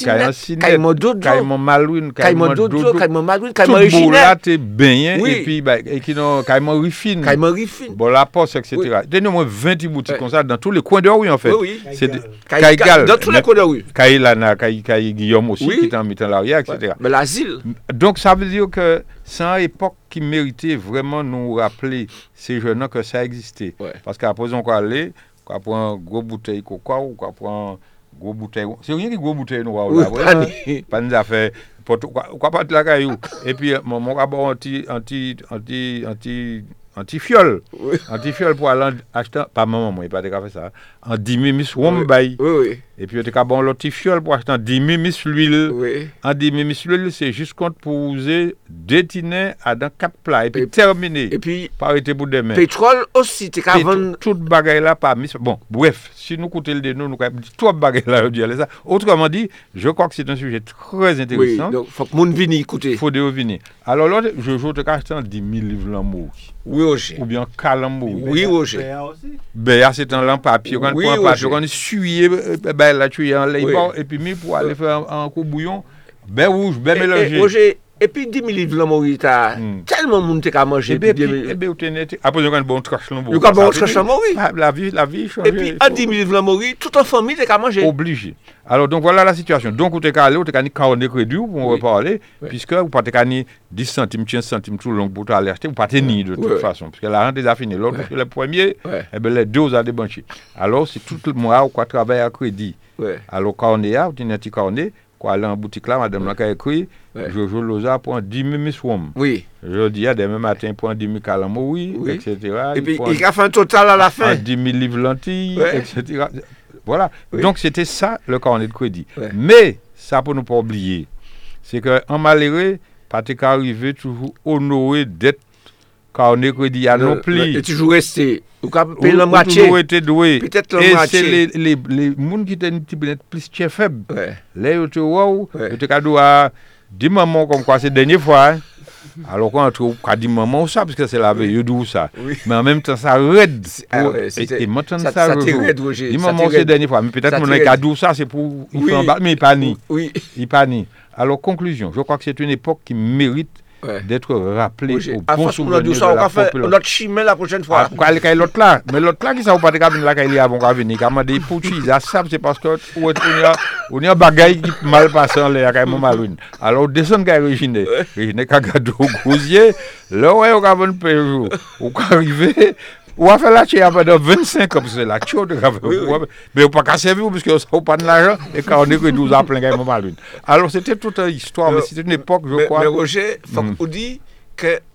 Caïmon Dodo, Caïmon Malouine, Caïmon Dodo, Caïmon Malouine, Caïmon Original. Tout là, t'es bien, oui. Et puis, bah, et qui n'ont Caïmon Rifine, Caïmon Rifine, bon, la poste, et cetera. Il y a au moins vingt boutiques comme ça dans tous les coins de rue, en fait. Oui, oui. C'est Caïgal. Dans tous les coins de rue. Caïlana, Caï Guillaume aussi, qui est en mettant l'arrière, et cetera. Mais l'asile. Donc, ça veut dire que c'est une époque qui méritait vraiment nous rappeler ces jeunes que ça existait. Parce qu'après, on va aller, on prend une grosse bouteille coca ou on prend gros bouteille. C'est rien qui gros bouteille noire là. Pas de affaire. Quoi pas de la caillou. Et puis mon mon rabot anti anti anti anti anti-fiole. Oui. Anti-fiole pour aller acheter pas maman moi il pas de faire ça. En dix mimis wombay. Oui oui. Et puis tu as bon l'anti-fiole pour acheter en dix mimis l'huile. Oui. En dix mimis l'huile c'est juste compte pour user détiner à dans quatre plats et puis et terminer. Et puis pas arrêter pour demain. Pétrole aussi tu as vendre toute bagaille là pas mis. Bon, bref, si nous coûtez le nous nous trois bagaille là dire ça. Autrement dit, je crois que c'est un sujet très intéressant. Oui, donc faut que moun vini écouter. Faut de venir. Alors là je joue te acheter en dix mille livres l'amour. Oui, Roger. Ou bien calambo. Oui, Roger. Béa, c'est un lampe papier. Quand oui, on papier, on suye, ben là, tu es en lait, et puis mis pour aller faire un coup bouillon, ben rouge, ben mélangé. Roger, et puis dix mille livres l'amour, il t'a tellement de monde qui a mangé. Et puis, et bien, après, on a un bon trash l'amour. On a un bon trash l'amour, oui. La vie, la vie change. Et puis, à dix mille livres l'amour, toute la famille qui a mangé. Obligé. Alors, donc voilà la situation. Donc, vous avez allé, vous avez quarante crédits pour on reparler, puisque vous n'avez pas dix centimes, quinze centimes tout long pour aller acheter, vous n'avez pas ni de toute façon, parce que la rente est déjà finie. L'autre, le premier, et bien les deux, vous avez débranché. Alors, c'est tout le mois où on travaille à crédit. Alors, quand on est là, vous avez un petit carnet, quand on est en boutique là, madame là, qui a écrit, Jojo Loza pour dix mille swam. Oui. Je dis, demain matin, pour dix mille calamo, oui, et cetera. Et puis, il a fait un total à la fin. dix mille livres lentilles, et cetera. Voilà. Oui. Donc, c'était ça, le carnet de crédit. Ouais. Mais, ça, pour ne pas oublier, c'est qu'en malheureux, pas arrivé toujours honoré d'être carnet de crédit à non plus. Et toujours resté. Ou payer la moitié. Toujours été doué. Peut-être la et moitié. Et c'est les, les, les gens qui étaient un petit peu plus faibles. Ouais. Là, ils étaient wow. Ils étaient cadeaux à dix mamans comme quoi c'est la dernière fois. Hein. Alors qu'on a trouvé qu'à dire maman ça parce que c'est la veille de ça oui. Mais en même temps ça raide ah ouais, et, et maintenant ça ça raide Roger dis maman c'est dernière fois mais peut-être mon cadeau ça c'est pour il oui. Faut mais il pas ni oui il pas ni alors conclusion je crois que c'est une époque qui mérite ouais. d'être rappelée Roger. Au bon souvenir de ça, la population. On a chimé la prochaine fois. Ah, quand l'autre là, mais l'autre là qui ça pas de cabine là qu'il y a avant qu'on venir. Quand des poutis, ça c'est parce que on a on a bagaille qui mal passé en l'air quand même malouine. Alors descend quand origine, origine cagado gosier, là ouais on va venir Peugeot. On arriver on va faire la chia pendant vingt-cinq ans, parce que la chia de grave. Mais on ne peut pas servir parce qu'on n'a pas de l'argent et quand on est que douze ans plein quand même alors c'était toute une histoire, mais c'était une époque, je mais, crois. Mais Roger, il faut qu'on dise que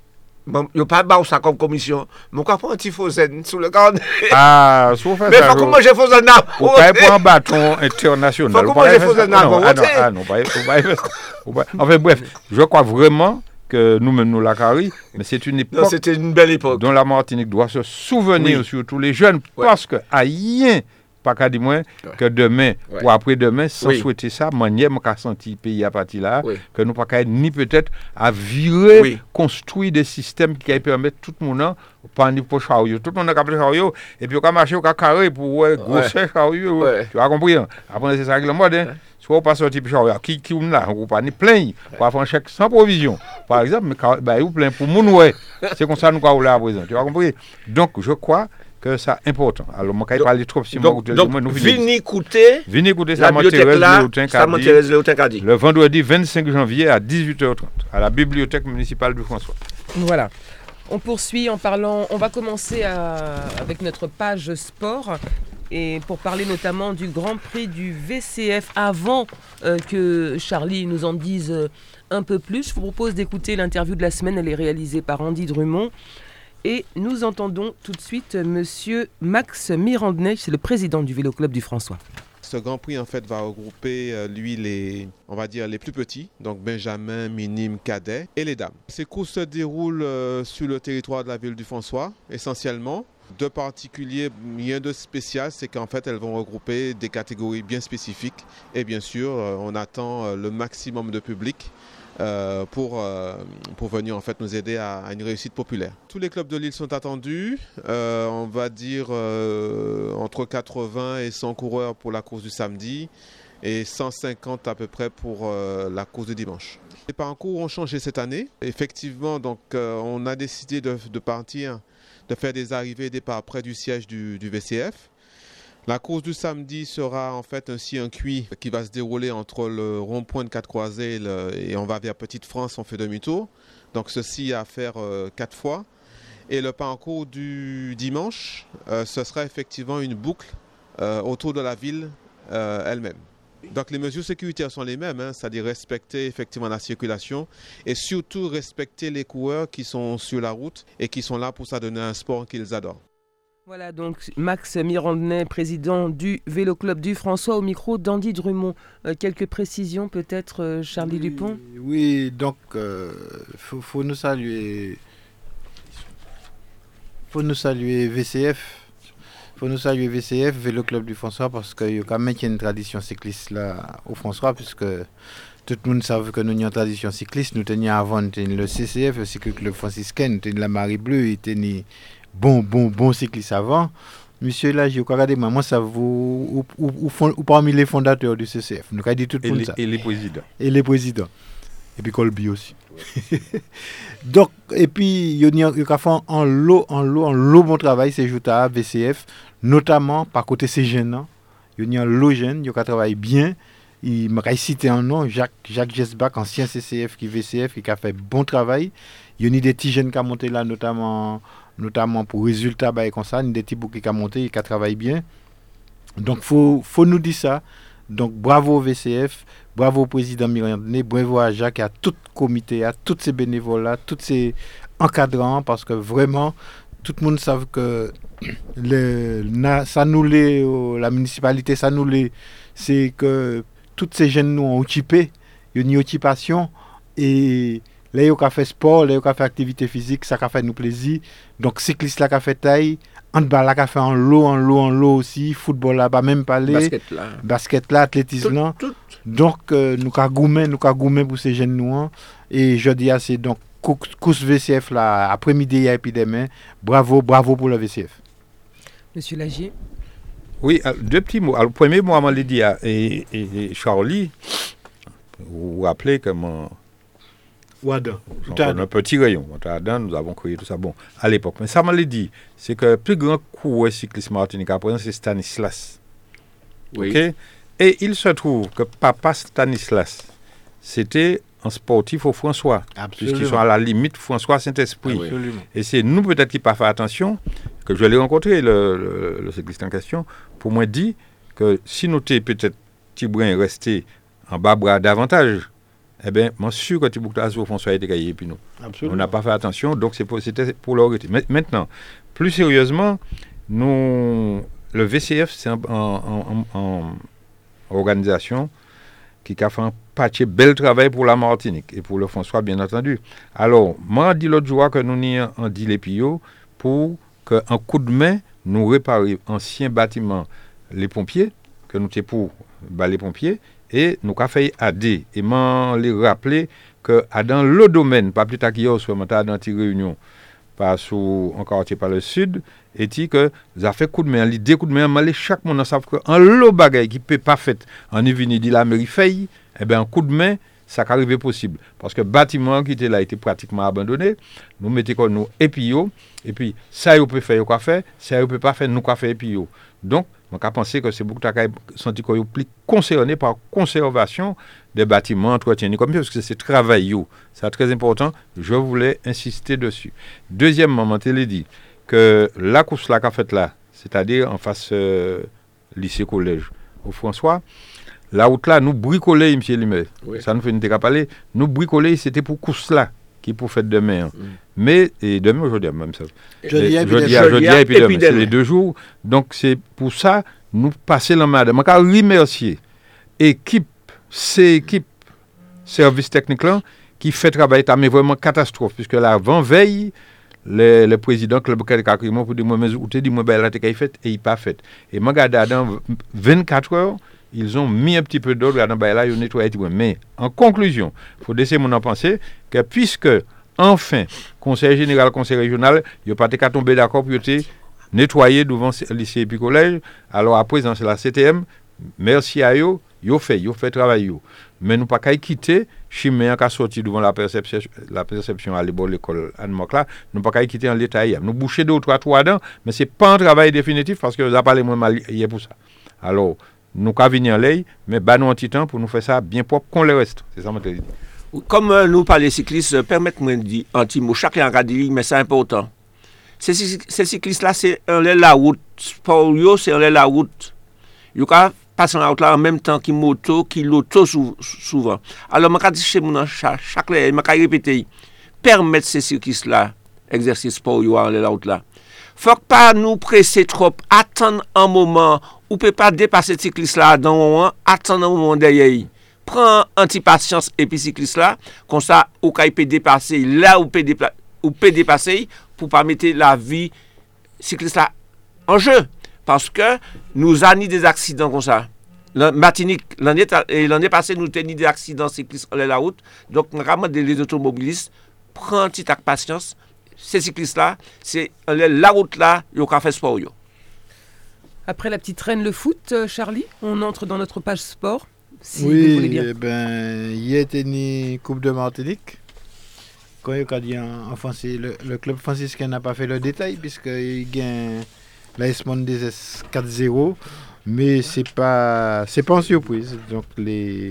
Bon, il n'y a pas de ça comme commission. Mais on prend un petit faux zen sous le corps. Ah, sauf Mais il faut que moi j'ai faux zen. Vous ne pouvez pas un bâton international. Il faut que moi j'ai faux zen. Ah non, pas. Enfin bref, je crois vraiment que nous-mêmes nous la carré, mais c'est une époque. Non, c'était une belle époque. Dont la Martinique doit se souvenir, oui. Surtout les jeunes, ouais. Parce que à rien, pas qu'à dire moins, ouais. Que demain ouais. Ou après-demain, sans oui. Souhaiter ça, manière qu'a senti le pays à partir là, oui. Que nous pas qu'à ni peut-être à virer, oui. Construire des systèmes qui permettent tout le monde pas ni pour chariot, tout le monde a capté chariot et puis on a marché au carré pour ouais, grossir chariot, ouais. Tu as compris? Après c'est ça que le mode, hein. Soit on passe un type chariot qui qui on là, on pas ni plein, pour faire un chèque sans provision. Par exemple, mais bah vous plein pour mon ouais. C'est comme ça nous quoi là à présent. Tu as compris? Donc je crois que c'est important. Alors, moi, quand je parle trop, si donc, donc, donc venez écouter venez écouter la bibliothèque là, le vendredi vingt-cinq janvier à dix-huit heures trente, à la bibliothèque municipale du François. Voilà. On poursuit en parlant, on va commencer à, avec notre page sport, et pour parler notamment du Grand Prix du V C F, avant euh, que Charlie nous en dise euh, un peu plus. Je vous propose d'écouter l'interview de la semaine, elle est réalisée par Andy Drummond. Et nous entendons tout de suite Monsieur Max Mirandnet, c'est le président du Vélo Club du François. Ce Grand Prix en fait va regrouper euh, lui les, on va dire les plus petits, donc Benjamin, minime, cadet et les dames. Ces courses se déroulent euh, sur le territoire de la ville du François essentiellement. De particulier, rien de spécial, c'est qu'en fait elles vont regrouper des catégories bien spécifiques et bien sûr euh, on attend euh, le maximum de public. Euh, pour, euh, pour venir en fait nous aider à, à une réussite populaire. Tous les clubs de l'île sont attendus, euh, on va dire euh, entre quatre-vingts et cent coureurs pour la course du samedi et cent cinquante à peu près pour euh, la course du dimanche. Les parcours ont changé cette année. Effectivement, donc, euh, on a décidé de, de partir, de faire des arrivées et départs près du siège du, du V C F. La course du samedi sera en fait un circuit qui va se dérouler entre le rond-point de Quatre-Croisés et, le, et on va vers Petite-France, on fait demi-tour. Donc ceci à faire euh, quatre fois. Et le parcours du dimanche, euh, ce sera effectivement une boucle euh, autour de la ville euh, elle-même. Donc les mesures sécuritaires sont les mêmes, hein, c'est-à-dire respecter effectivement la circulation et surtout respecter les coureurs qui sont sur la route et qui sont là pour s'adonner à un sport qu'ils adorent. Voilà donc Max Mirandnet, président du Vélo Club du François, au micro d'Andy Drummond. Euh, quelques précisions peut-être, euh, Charlie oui, Dupont? Oui, donc il euh, faut, faut nous saluer. faut nous saluer V C F. faut nous saluer V C F, Vélo Club du François, parce qu'il y a quand même une tradition cycliste là au François, puisque tout le monde sait que nous avons une tradition cycliste. Nous tenions avant le C C F, le Cycle Club franciscain, nous tenions la Marie Bleue, nous tenions bon, bon, bon cycliste avant. Monsieur là, je regardez moi, ça vous ou, ou, ou, ou parmi les fondateurs du C C F. Nous avons dit tout le monde ça. Et les présidents. Et les présidents. Et puis Colby aussi. Ouais. Donc, et puis, il y a fait en lot, en lot, en lot bon travail, c'est joué à V C F, notamment par côté ces jeunes. Il y a un lot jeune, il y a travaillé bien. Il m'a cité un nom, Jacques, Jacques Gesbach, ancien C C F, qui V C F, qui a fait bon travail. Il y a des petits jeunes qui ont monté là, notamment, notamment pour résultats, bah, comme ça, des petits boucs qui ont monté, qui travaillent bien. Donc, il faut, faut nous dire ça. Donc, bravo V C F, bravo au président Mirandnet, bravo à Jacques et à tout le comité, à tous ces bénévoles-là, tous ces encadrants, parce que vraiment, tout le monde sait que le, na, ça nous l'est, la municipalité, ça nous l'est, c'est que tous ces jeunes nous ont occupés, il y a une occupation, et là, il y a fait sport, là, il y a fait activité physique, ça a fait nous plaisir. Donc, cycliste là, qui a fait taille, handball là, qui a fait en lot, en lot, en lot aussi, football là, pas même parler, basket là, basket là, athlétisme là. Donc, euh, nous avons goumé, nous avons goumé pour ces jeunes nous, et je dis assez, donc, course V C F là, après-midi et puis demain, bravo, bravo pour le V C F. Monsieur Lagier. Oui, deux petits mots. Alors, le premier mot, à dit et, et, et Charlie, vous vous rappelez comment. Ouadan. Un petit rayon. Ouadan, nous avons créé tout ça. Bon, à l'époque. Mais ça m'a dit, c'est que le plus grand coureur cycliste martinique à présent, c'est Stanislas. Oui. Okay? Et il se trouve que papa Stanislas, c'était un sportif au François. Absolument. Puisqu'ils sont à la limite François Saint-Esprit. Ah oui. Et c'est nous peut-être qui pas fait attention, que je l'ai rencontré, le, le, le cycliste en question, pour moi dit que si nous étions peut-être petit brin resté en bas bras davantage, eh bien, moi, je suis sûr que tu boucles au François était caillé, puis nous. Absolument. On n'a pas fait attention, donc c'est pour, c'était pour l'arrêter. Mais maintenant, plus sérieusement, nous, le V C F, c'est une organisation qui a fait un paquet bel travail pour la Martinique et pour le François, bien entendu. Alors, moi, je dis l'autre jour que nous n'y avons dit les pillots pour qu'un coup de main nous réparer ancien bâtiment, les pompiers, que nous étions pour bah, les pompiers, et nous avons fait A D. Et m'en les rappeler que dans le domaine, pas plus tard qu'hier, soit dans une réunion, pas sous encore par le sud, et dit que ça fait coup de main, l'idée coup de main, mais chaque monde savent que un lot bagaille qui peut pas fait en évini dit la mairie fait, eh ben un coup de main ça arrive possible parce que bâtiment qui était là était pratiquement abandonné, nous mettons comme nous et puis yo, et puis ça on peut faire quoi faire, ça on peut pas faire nous quoi faire et puis yo. Donc on a pensé que c'est beaucoup de senti qu'on plus concerné par conservation des bâtiments entretenus comme parce que c'est travail yo, c'est très important, je voulais insister dessus. Deuxièmement, on t'a dit que la course là qu'a faite là, c'est-à-dire en face euh, lycée collège au François, la route là nous bricoler monsieur Limet. Oui. Ça nous fait une décapalée, nous bricoler c'était pour course là qui pour faire demain. Mm. Mais et demain aujourd'hui même ça. Jeudi et puis demain, c'est les deux jours. Donc c'est pour ça nous passer la main. Je remercier équipe, c'est équipe service technique là qui fait travail mais vraiment catastrophe puisque l'avant veille le, le président club Kakrimon pour dire moi mais où te dit moi ben là t'es fait et il pas fait et moi regarde dans vingt-quatre heures ils ont mis un petit peu d'ordre dans ben là ils ont nettoyé tout mais en conclusion faut laisser mon en penser que puisque enfin conseil général conseil régional il pas qu'à tomber d'accord pour te nettoyer devant lycée et puis collège alors à présent c'est la C T M merci à eux yo fait yo fait travail yo mais nous pas qu'à quitter chimien qui a sorti devant la perception la perception à l'école Anne-Moc là nous pas qu'à quitter en l'état nous boucher deux ou trois trois dents mais c'est pas un travail définitif parce que ça pas les moins mal hier pour ça alors nous qu'à venir l'œil mais bah nous un petit temps pour nous faire ça bien propre qu'on le reste c'est ça mon dit comme euh, nous parler cyclistes permettez-moi de dire un petit mot chacun a dit mais c'est important ces ces cyclistes là c'est un la route pour eux c'est un la route yo ka passant la route là en même temps qui moto qui l'auto sou, souvent alors moi dit chez mon chaque chaque moi répéter permettre ces cyclistes là exercice pour yo en la route là faut pas nous presser trop attendre un moment ou peut pas dépasser cycliste là dans moment attendre un moment derrière prends anti-patience et puis cycliste là comme ça ou peut dépasser là ou peut dépla- ou peut dépasser pour pas mettre la vie cycliste là en jeu parce que nous avons des accidents comme ça. La Martinique, l'année, l'année passée, nous avons des accidents cyclistes sur la route. Donc, nous avons des automobilistes. Prends un petit patience. Ces cyclistes-là, c'est la route-là, ils ont fait sport. Après la petite reine, le foot, Charlie, on entre dans notre page sport. Si oui, vous voulez bien. Eh ben, il y a une Coupe de Martinique. Quand il y a dit enfin, le, le club franciscain n'a pas fait le détail, puisqu'il gagne. La S Mondes quatre zéro, mais c'est pas c'est pas une surprise. Donc les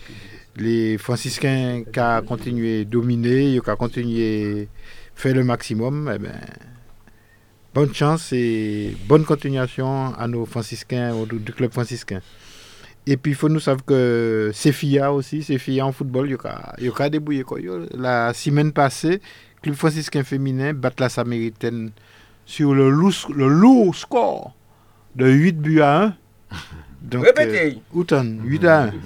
les franciscains qui ont continué à dominer, qui ont continué à faire le maximum, eh ben, bonne chance et bonne continuation à nos franciscains du, du club franciscain. Et puis il faut nous savoir que c'est F I A aussi, c'est F I A en football, il y a débrouillé quoi. La semaine passée, le club franciscain féminin bat la Samaritaine sur le lourd, le lourd score de huit buts à un. Donc, répétez. Euh, Outan, huit à un.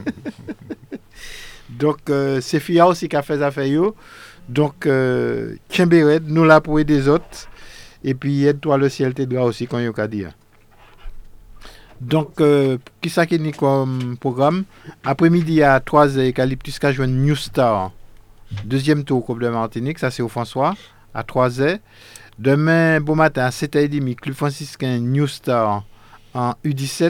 Donc, euh, c'est F I A aussi qui a fait ça fait yo. Donc, euh, Tchemberet, nous l'a pour des autres. Et puis, aide-toi le ciel t'aidera aussi quand il y a dire. Donc, euh, qui ça qui est comme programme? Après-midi à trois heures, Eucalyptus qui a joué New Star. Deuxième tour Coupe de Martinique, ça c'est au François, à trois heures. Demain, bon matin, à sept heures trente, Club franciscain New Star en U dix-sept.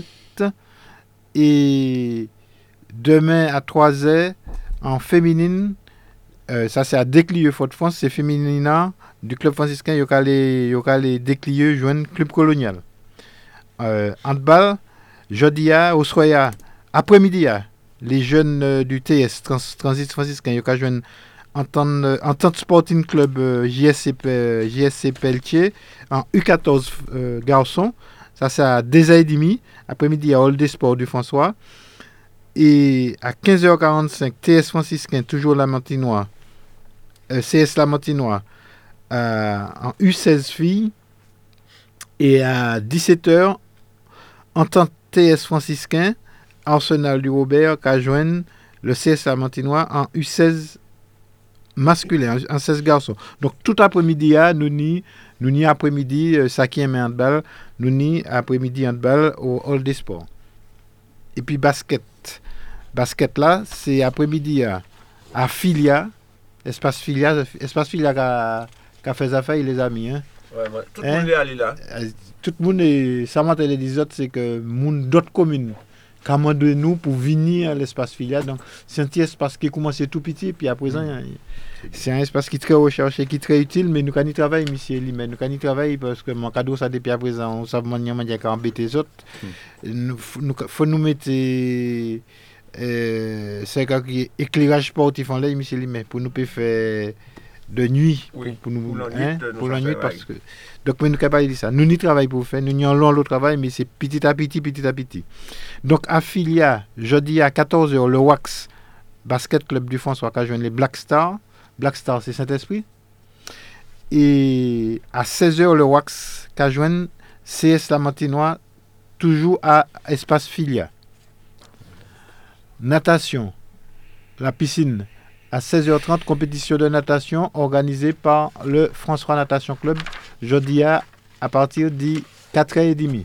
Et demain, à trois heures, en féminine, euh, ça c'est à Déclieux, Fort-de-France, c'est féminina du Club franciscain, il y a les Déclieux joignent Club colonial. Euh, handball, jeudi, au Soya, après-midi, les jeunes euh, du T S, trans, Transit franciscain, il y a joignent Entente, Entente Sporting Club euh, J S C, euh, J S C Pelletier en U quatorze euh, garçons. Ça, c'est à deux heures trente. Après-midi, à Old Sport du François. Et à quinze heures quarante-cinq, T S franciscain, toujours la Martinois, euh, C S la Martinois, euh, en U seize filles. Et à dix-sept heures, en tant que T S franciscain, Arsenal du Robert, qui a joint le C S la Martinois en U seize masculin, en seize garçons. Donc tout après-midi, nous ni nous ni après-midi, euh, ça qui est handball, nous ni après-midi handball au Hall des Sports. Et puis basket. Basket là, c'est après-midi à, à Filia, espace Filia, espace Filia qui a, qui a fait affaire les amis. Hein. Ouais, ouais. Tout le Hein? monde est allé là. Euh, Tout le monde est, ça m'a dit les autres, c'est que moun d'autres communes commandent de nous pour venir à l'espace Filia. Donc c'est un petit espace qui commence tout petit, puis à présent, mmh. c'est un espace qui est très recherché, qui est très utile, mais nous quand y travaillons, monsieur Limé, nous quand y travaillons parce que mon cadeau ça depuis à présent, on savait manière manière qu'à embêter les autres. Il mmh. faut nous mettre euh, c'est un éclairage sportif en l'air, monsieur Limé, pour nous faire de nuit, oui, pour, pour nous pour la nuit, hein, nous pour la nuit faire, parce ouais. que donc nous capable de dire ça. Nous n'y travaillons pour faire, nous n'y allons le travail, mais c'est petit à petit, petit à petit. Donc à Filia, jeudi à quatorze heures, le W A X Basket Club du François qui a joint les Black Stars. Black Stars, c'est Saint-Esprit. Et à seize heures, le W A X qui a joint C S la Martinois, toujours à Espace Filia. Natation, la piscine. À seize heures trente, compétition de natation organisée par le François Natation Club, jeudi à, à partir de quatre heures trente.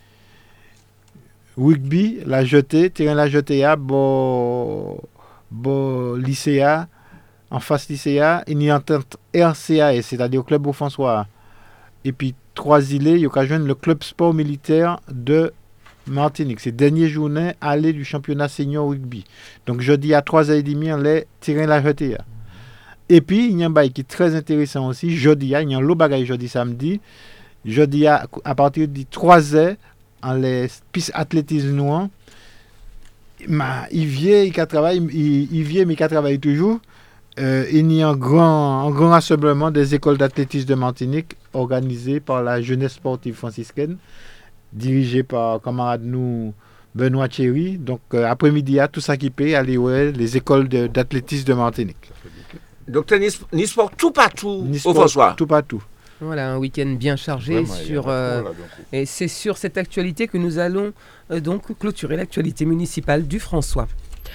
Rugby, la jetée, terrain la jetée à bon, bon lycéa, en face lycéa, il y a entente R C A S, c'est-à-dire au club au François. Et puis, trois îlets, il y a le club sport militaire de Martinique. C'est dernière journée aller du championnat senior rugby. Donc jeudi à trois heures trente, on les terrain la jeté. Et puis il y a un bail qui est très intéressant aussi. Jeudi, il y a un lot bagaille jeudi samedi. Jeudi à, à partir de trois heures, on les pistes athlétisme noir. Ma il vient, il travaille, il, il vient mais il travaille toujours. Euh, il y a un grand, un grand rassemblement des écoles d'athlétisme de Martinique organisé par la jeunesse sportive franciscaine, dirigé par camarade nous Benoît Thierry. Donc euh, après-midi, tout ça qui peut aller ouais, les écoles de, d'athlétisme de Martinique. Donc tennis, ni sport tout partout Ni au sport, François. tout partout. Voilà, un week-end bien chargé. Vraiment, sur, euh, et c'est sur cette actualité que nous allons euh, donc clôturer l'actualité municipale du François.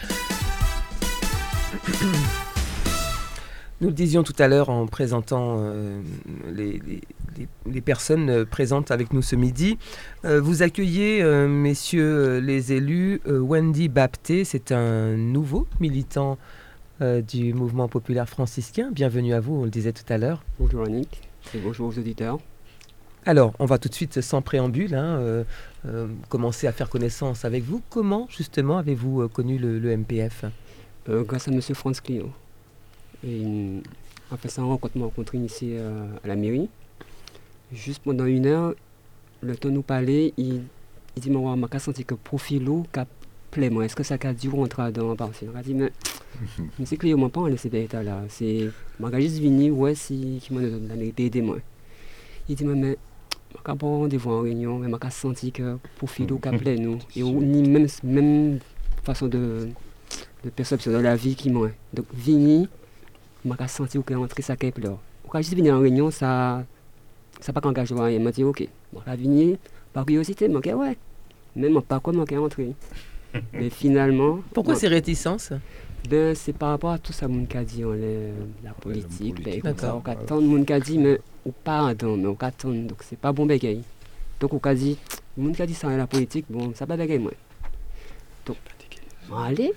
Nous le disions tout à l'heure en présentant euh, les, les, les, les personnes présentes avec nous ce midi. Euh, vous accueillez, euh, messieurs euh, les élus, euh, Wendy Bapté. C'est un nouveau militant euh, du mouvement populaire franciscain. Bienvenue à vous, on le disait tout à l'heure. Bonjour Annick et bonjour aux auditeurs. Alors, on va tout de suite, sans préambule, hein, euh, euh, commencer à faire connaissance avec vous. Comment, justement, avez-vous euh, connu le, le M P F ? euh, Grâce à M. Franz Clio. Et une, en fait, c'est un rencontre m'a rencontré ici euh, à la mairie. Juste pendant une heure, le temps nous parlait, il, il dit, moi, je senti que profilo cap plaît moi. Est-ce que ça a dû rentrer dans la partie? On a dit, mais c'est Clio m'a pas laissé faire là. C'est, je juste venu, ouais, si qui m'a donné la mérite d'aider moi. Il dit, mais je pas rendez-vous en réunion, mais je senti que profilo cap plaît nous. Et on ni même même façon de de perception de la vie qui moi. Donc vini je me senti que rentrer ça qui pleure. Quand je venir en réunion, ça ça pas qu'engagé rien. Il m'a dit OK. Bon, la venir par curiosité, mais OK ouais. Même pas quoi manquer rentrer. Mais finalement, pourquoi bon, ces réticences? Ben c'est par rapport à tout ça mon qu'a dit on les, la politique, ouais, ben d'accord. on attend mon qu'a dit mais ou pas attendre, mais on attend donc c'est pas bon bagaille. Donc on qu'a dit mon qu'a dit ça la politique, bon ça pas bagaille moi. Donc bon, allez.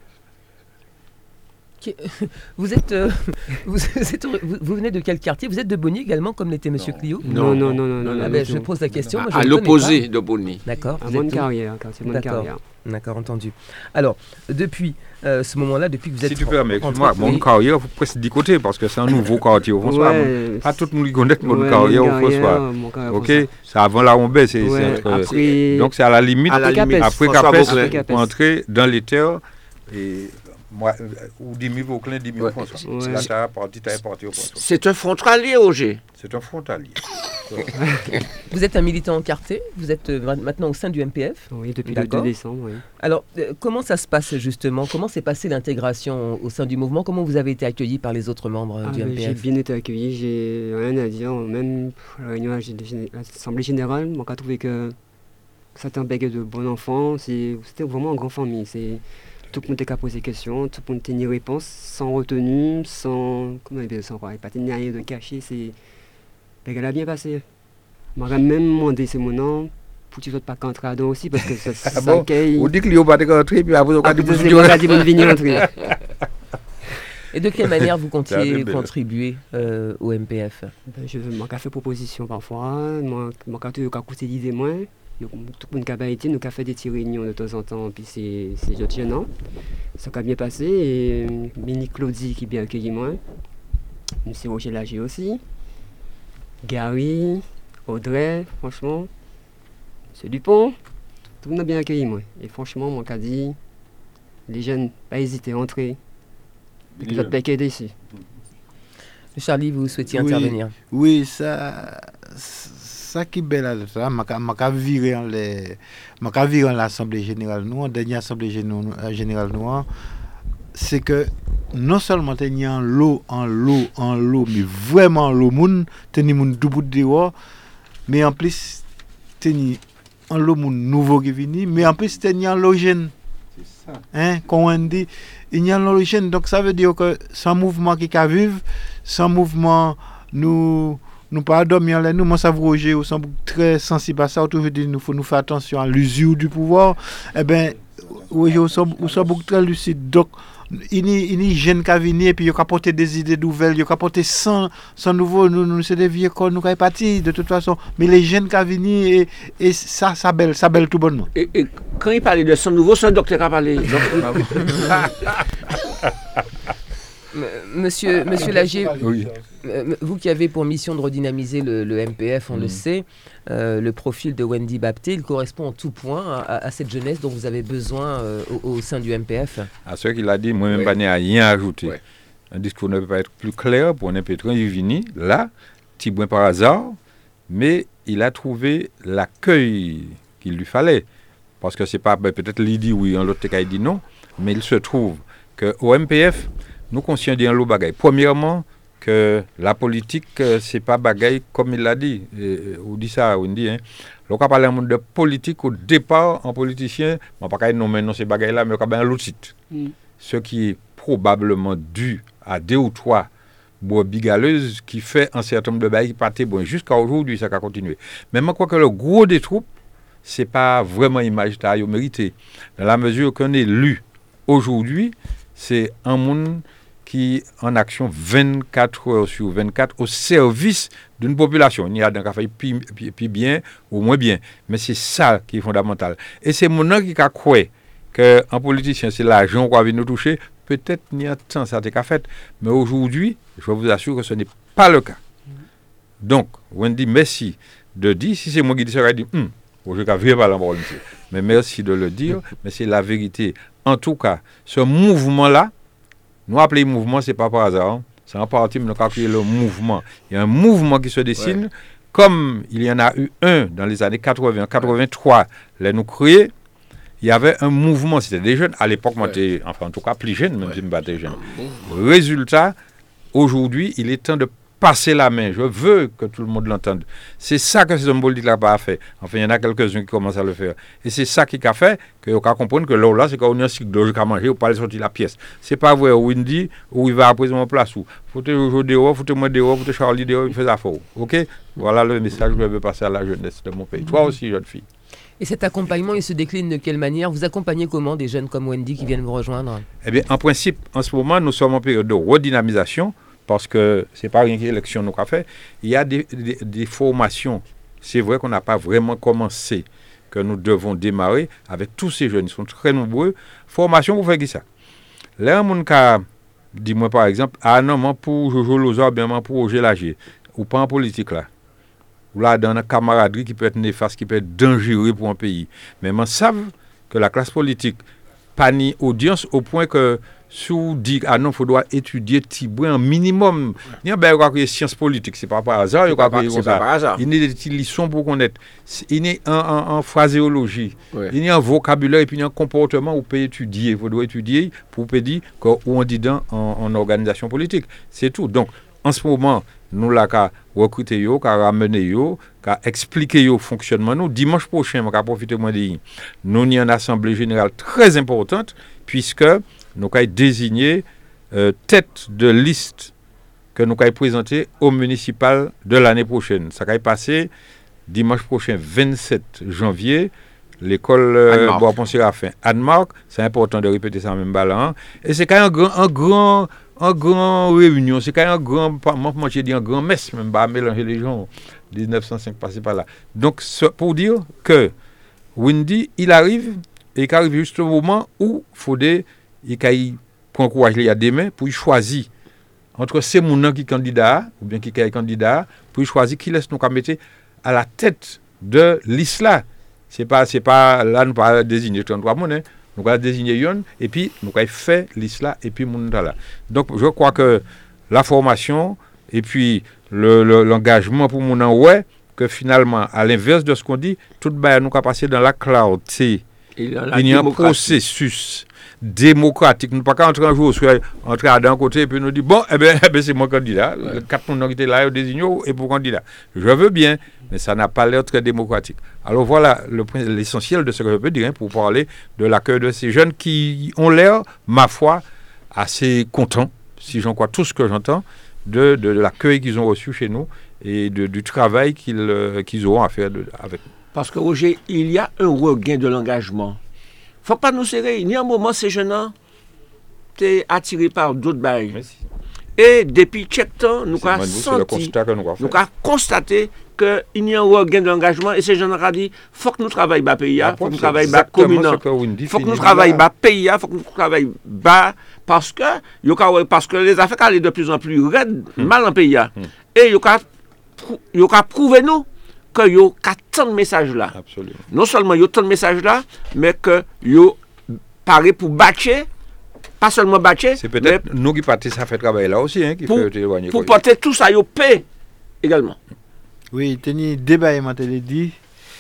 Vous êtes, euh, vous, êtes, vous, vous venez de quel quartier? Vous êtes de Bonny également, comme l'était Monsieur Clio? Non, non, non, non. non, ah non ben, non, je pose la question. À, Moi, je à ne l'opposé connais de Bonny. pas. D'accord. À vous mon êtes où? carrière, quartier mon D'accord. carrière. D'accord, entendu. Alors, depuis euh, ce moment-là, depuis que vous êtes... Si tu permets, excuse-moi, rentré- mon oui. carrière, vous presque d'y côté, parce que c'est un nouveau quartier au François. Ouais, Pas tout le monde connaît mon ouais, carrière mon au François. mon carrière, Ok, François. c'est avant la Rombée, c'est, Ouais, c'est entre- après- donc c'est à la limite, À la Après limite, Capes. après François Capes, Beauclerc. Capes. pour entrer dans les terres. Et moi, ou Dimi Vauclin, Dimi Ouais. François. Ouais. Là, t'as parti, t'as parti au François. C'est un frontalier, Roger. C'est un frontalier. Vous êtes un militant encarté, vous êtes euh, maintenant au sein du M P F. Oui, depuis le D'accord. deux décembre, oui. Alors, euh, comment ça se passe justement? Comment s'est passée l'intégration au sein du mouvement? Comment vous avez été accueilli par les autres membres euh, Ah, du ben, j'ai M P F? bien été accueilli, j'ai rien à dire. Même pff, à la réunion à l'Assemblée générale, moi, j'ai trouvé que c'était un baguette de bon enfant. c'est- C'était vraiment une grande famille. C'est tout le monde était qu'à poser des questions, tout le monde tenait réponse, sans retenue, sans. Comment dire, sans quoi? Pas tenir rien de caché. C'est. Ben, elle a bien passé. Moi, j'ai même demandé c'est mon nom. Pour que tu ne pas qu'entrer là-dedans aussi, parce que ça, ça Ah bon? accueille. On dit que Léo va te rentrer, puis après, on Ah, va te peut-être c'est moi qui a dit bonne venue entrer. Et de quelle manière vous comptiez terrible. contribuer euh, au M P F? Ben, je m'en fait proposition parfois, moi quand tu as coûté l'idée moins, tout le monde qui a été, nous avons fait des petites réunions de temps en temps, puis c'est c'est juste gênant. Ça a bien passé, et Mini Claudie qui bien accueilli moi, M. Roger Lagier aussi, Gary, Audrey, franchement, M. Dupont, tout le monde a bien accueilli moi. Et franchement, mon cas dit, les jeunes, pas hésiter à entrer, puis vous êtes paquets d'ici. Charlie, vous souhaitiez Oui. intervenir? Oui, ça, ça qui est belle là, ça, m'a viré en les, m'a viré en l'Assemblée générale nous, en dernière Assemblée géné- générale nous, c'est que non seulement t'es en l'eau, en l'eau, en l'eau, mais vraiment l'eau moun, t'es ni moun debout dehors, mais en plus t'es ni en l'eau moun nouveau qui vient, mais en plus t'es ni en l'eau jeune. C'est ça. Hein, comme on dit, il y a l'origine. Donc ça veut dire que sans mouvement qui va vivre, sans mouvement, nous nous pas dormir là, nous, moi ça vous Roger, nous sommes très sensibles à ça, toujours dit, nous faut nous faire attention à l'usure du pouvoir. Eh bien, Roger, nous sommes, nous sommes beaucoup très lucides. Donc, il y a des jeunes qui viennent et puis ils ont apporté des idées nouvelles, ils ont apporté cent, cent nouveaux, nous, nous c'est des vieux corps, nous sommes partis de toute façon. Mais les jeunes qui viennent et, et ça, ça belle, ça belle tout bonnement. Et, et quand il parlait de son nouveau, c'est un docteur qui a parlé. Donc, M- Monsieur, Monsieur Lagier, Oui. euh, vous qui avez pour mission de redynamiser le, le M P F, on Mm. le sait, euh, le profil de Wendy Bapté, il correspond en tout point à, à cette jeunesse dont vous avez besoin euh, au, au sein du M P F. À ce qu'il a dit, moi-même, Ouais. pas n'y a rien à ajouter. Ouais. Un discours ne peut pas être plus clair pour un pétron. Il est venu là, petit point par hasard, mais il a trouvé l'accueil qu'il lui fallait. Parce que c'est pas, ben, peut-être il dit oui, un autre cas il dit non, mais il se trouve qu'au M P F, nous conscients d'un lot bagaille. Premièrement, que la politique, euh, c'est pas bagaille comme il l'a dit. Et, on dit ça, on dit, hein. Donc, on parle un monde de politique au départ, en politicien, on ne pas non, mais non, c'est bagaille là, mais on a un autre site. Mm. Ce qui est probablement dû à deux ou trois bois bigaleuses qui fait un certain nombre de bagailles qui partent bon. Jusqu'à aujourd'hui, ça va continuer. Mais moi, je crois que le gros des troupes, c'est pas vraiment image à mérité. Dans la mesure qu'on est lu aujourd'hui, c'est un monde qui en action vingt-quatre heures sur vingt-quatre au service d'une population. Il y a d'un café plus, plus, plus bien ou moins bien. Mais c'est ça qui est fondamental. Et c'est mon nom qui a cru qu'un politicien, c'est l'argent qu'on va nous toucher. Peut-être il y a temps, ça a été fait. Mais aujourd'hui, je vous assure que ce n'est pas le cas. Donc, Wendy, merci de dire, si c'est moi qui dis ça, je dis, hum, je ne vais pas l'embrasser, monsieur. Mais merci de le dire, mais c'est la vérité. En tout cas, ce mouvement-là, nous appelons mouvement, ce n'est pas par hasard. Hein. C'est en partie, nous avons créé le mouvement. Il y a un mouvement qui se dessine, ouais. Comme il y en a eu un dans les années quatre-vingts, quatre-vingt-trois, là nous créés, il y avait un mouvement, c'était des jeunes. À l'époque, moi, j'étais, enfin, en tout cas, plus jeune, même ouais. si je me battais jeune. Résultat, aujourd'hui, il est temps de passer la main. Je veux que tout le monde l'entende. C'est ça que ces hommes politiques n'ont pas fait. Enfin, il y en a quelques-uns qui commencent à le faire. Et c'est ça qui a fait qu'on a compris que là, c'est quand on a un cycle de à manger, on peut aller sortir la pièce. C'est pas vrai, Wendy, où il va après mon place. Où faut te jouer dehors, faut te moi dehors, faut te Charlie dehors, il fait ça faux. OK? Voilà le message que je veux passer à la jeunesse de mon pays. Toi aussi, jeune fille. Et cet accompagnement, il se décline de quelle manière? Vous accompagnez comment des jeunes comme Wendy qui viennent vous rejoindre? Eh bien, en principe, en ce moment, nous sommes en période de redynamisation. Parce que ce n'est pas rien qu'élection nous a fait. Il y a des, des, des formations. C'est vrai qu'on n'a pas vraiment commencé, que nous devons démarrer avec tous ces jeunes. Ils sont très nombreux. Formation pour faire qui ça? Là, mon cas, dis-moi par exemple, ah non, pour Jojo Loza, bien pour Roger Lagier, ou pas en politique là. Ou là, dans une camaraderie qui peut être néfaste, qui peut être dangereux pour un pays. Mais on savent que la classe politique pas ni audience au point que sous dit ah non, il faudra étudier Tiboué un minimum. Il y a bien quoi que sciences politiques, c'est pas par hasard, il y a quoi C'est pas par hasard. Il y a des leçons pour connaître. Il y a en, en phraséologie, Ouais. il y a un vocabulaire et puis il y a un comportement où on peut étudier. Il faudra étudier pour peut dire où on dit dans en, en organisation politique. C'est tout. Donc en ce moment, nous là qu'à recruter yo, qu'à ramener yo, qu'à expliquer yo fonctionnement nous. Dimanche prochain, on va profiter moins de nous avons une assemblée générale très importante puisque nous avons désigné euh, tête de liste que nous avons présentée au municipal de l'année prochaine. Ça va passer dimanche prochain, vingt-sept janvier, l'école euh, Bois-Pont-Séraphin, Anne-Marc. C'est important de répéter ça en même balance. Et c'est quand même un grand, un grand, un grand réunion. C'est quand même un grand, moi j'ai dit un grand messe, même pas mélanger les gens. dix-neuf cent cinq passé par là. Donc, pour dire que Wendy, il arrive et qu'il arrive juste au moment où il faudrait qu'il prend courage il y a des mains pour choisir entre ces gens qui sont candidats ou bien qui sont candidats pour choisir qui laisse nous mettre à la tête de liste là. C'est pas c'est pas là nous pas désigner trente-trois monnaies, nous allons désigner yon et puis nous allons faire liste là et puis moun là. Donc je crois que la formation et puis le, le, l'engagement pour mon ouais que finalement à l'inverse de ce qu'on dit tout bah nous va passer dans la cloud c'est il y a un processus démocratique. Nous ne pouvons pas entrer un jour, entrer à d'un côté et puis nous dire bon, eh bien, eh ben, c'est mon candidat. Ouais. Les quatre personnes qui étaient là, ils désignent et pour candidat. Je veux bien, mais ça n'a pas l'air très démocratique. Alors voilà le, l'essentiel de ce que je peux dire hein, pour parler de l'accueil de ces jeunes qui ont l'air, ma foi, assez contents, si j'en crois tout ce que j'entends, de, de, de l'accueil qu'ils ont reçu chez nous et de, du travail qu'ils, euh, qu'ils auront à faire de, avec nous. Parce que Roger, il y a un regain de l'engagement. Faut pas nous serrer. Il y a un moment, ces jeunes-là, t'es attiré par d'autres bails. Et depuis quelques temps, nous avons senti, nous avons constaté qu'il y a un regain de l'engagement et ces jeunes-là ont dit, il faut que nous travaillions bas pays, il faut que nous travaillions bas commune, il faut que nous travaillions bas pays, il faut que nous travaillions bas parce que, parce que les affaires allaient de plus en plus raides, hmm. mal en pays. Hmm. Et il a prouvé nous que y a tant de messages là. Absolument. Non seulement il y a tant de messages là, mais que yo paraît pour battre, pas seulement battre. C'est peut-être nous qui partons ça fait travail là aussi hein, qui pour, fait éloigner. Pour porter tout ça yo paix également. Oui, tenir débat et m'entendez dit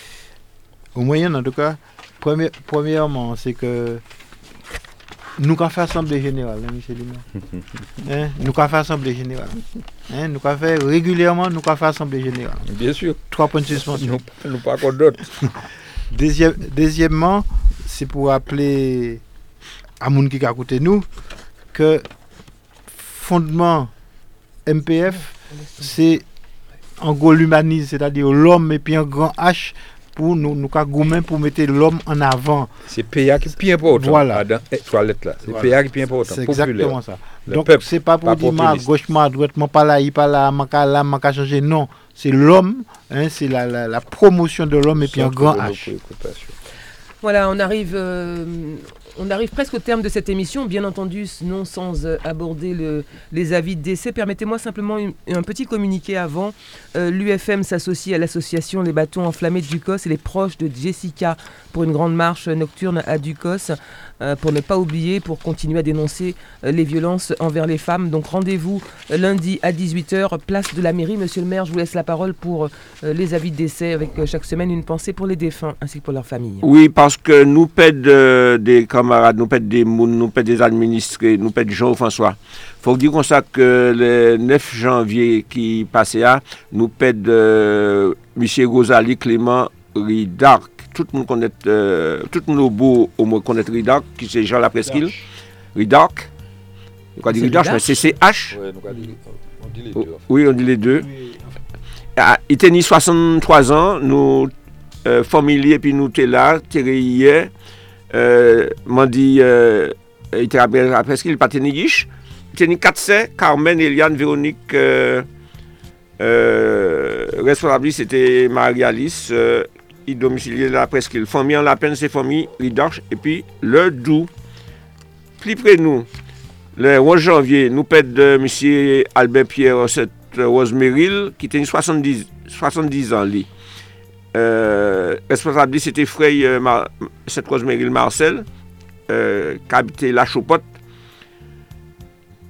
au moyen en tout cas premier, premièrement c'est que nous avons fait assemblée générale, hein, Michel Limay. hein, nous avons fait assemblée générale. Hein, nous avons fait régulièrement, nous avons fait assemblée générale. Bien sûr. Trois points de suspension. Nous, nous pas encore d'autres. Deuxième, deuxièmement, c'est pour rappeler à moun qui a côté nous que fondement M P F, c'est en gros l'humanisme, c'est-à-dire l'homme et puis un grand H. Pour nous, nous avons pour mettre l'homme en avant. C'est P A qui est plus important. Voilà. Dans les toilettes là. C'est voilà. P A qui est plus important. C'est exactement populaire. Ça. Le Donc, peuple, c'est pas pour dire ma gauche, ma droite, ma pas là, il pas là, ma pas là, ma pas changer. Non. C'est l'homme, hein, c'est la, la, la promotion de l'homme et puis un grand H. Voilà, on arrive, euh, on arrive presque au terme de cette émission, bien entendu, non sans euh, aborder le, les avis de décès. Permettez-moi simplement une, un petit communiqué avant. Euh, L'U F M s'associe à l'association Les Bâtons Enflammés de Ducos et les proches de Jessica pour une grande marche nocturne à Ducos, euh, pour ne pas oublier, pour continuer à dénoncer euh, les violences envers les femmes. Donc rendez-vous euh, lundi à dix-huit heures, place de la mairie. Monsieur le maire, je vous laisse la parole pour euh, les avis de décès, avec euh, chaque semaine une pensée pour les défunts ainsi que pour leurs familles. Oui, parce que nous pèdent euh, des camarades, nous pèdent des mouns, nous pèdent des administrés, nous pèdent Jean-François. Il faut dire comme ça que le neuf janvier qui passait là, nous pèdent euh, M. Rosali Clément Ridarc. Tout le monde connaît, euh, tout le monde beau au moins connaît Ridarc, qui c'est Jean Lapresqu'île. Ridarc. On dit Ridarc, mais c'est C H. Oui, on dit les deux. Oui, on dit les deux. Ah, il tenait soixante-trois ans, nous euh, familiers, puis nous étions là, hier. Euh, m'a dit, euh, il était après ce qu'il pas tenu guiche. Il tenait quatre C, Carmen, Eliane, Véronique, euh, euh, responsable, c'était Marie-Alice, euh, il domiciliait là presque. Famille en la peine, c'est famille, Ridarch, et puis le Doux. Plus près de nous, le onze janvier, nous pète de M. Albert Pierre, cette Rose Merrill, qui tenait soixante-dix, soixante-dix ans, lui. Euh, responsable, c'était Frey, euh, Mar- cette Rose Merrill Marcel, euh, qui habitait La Chopotte.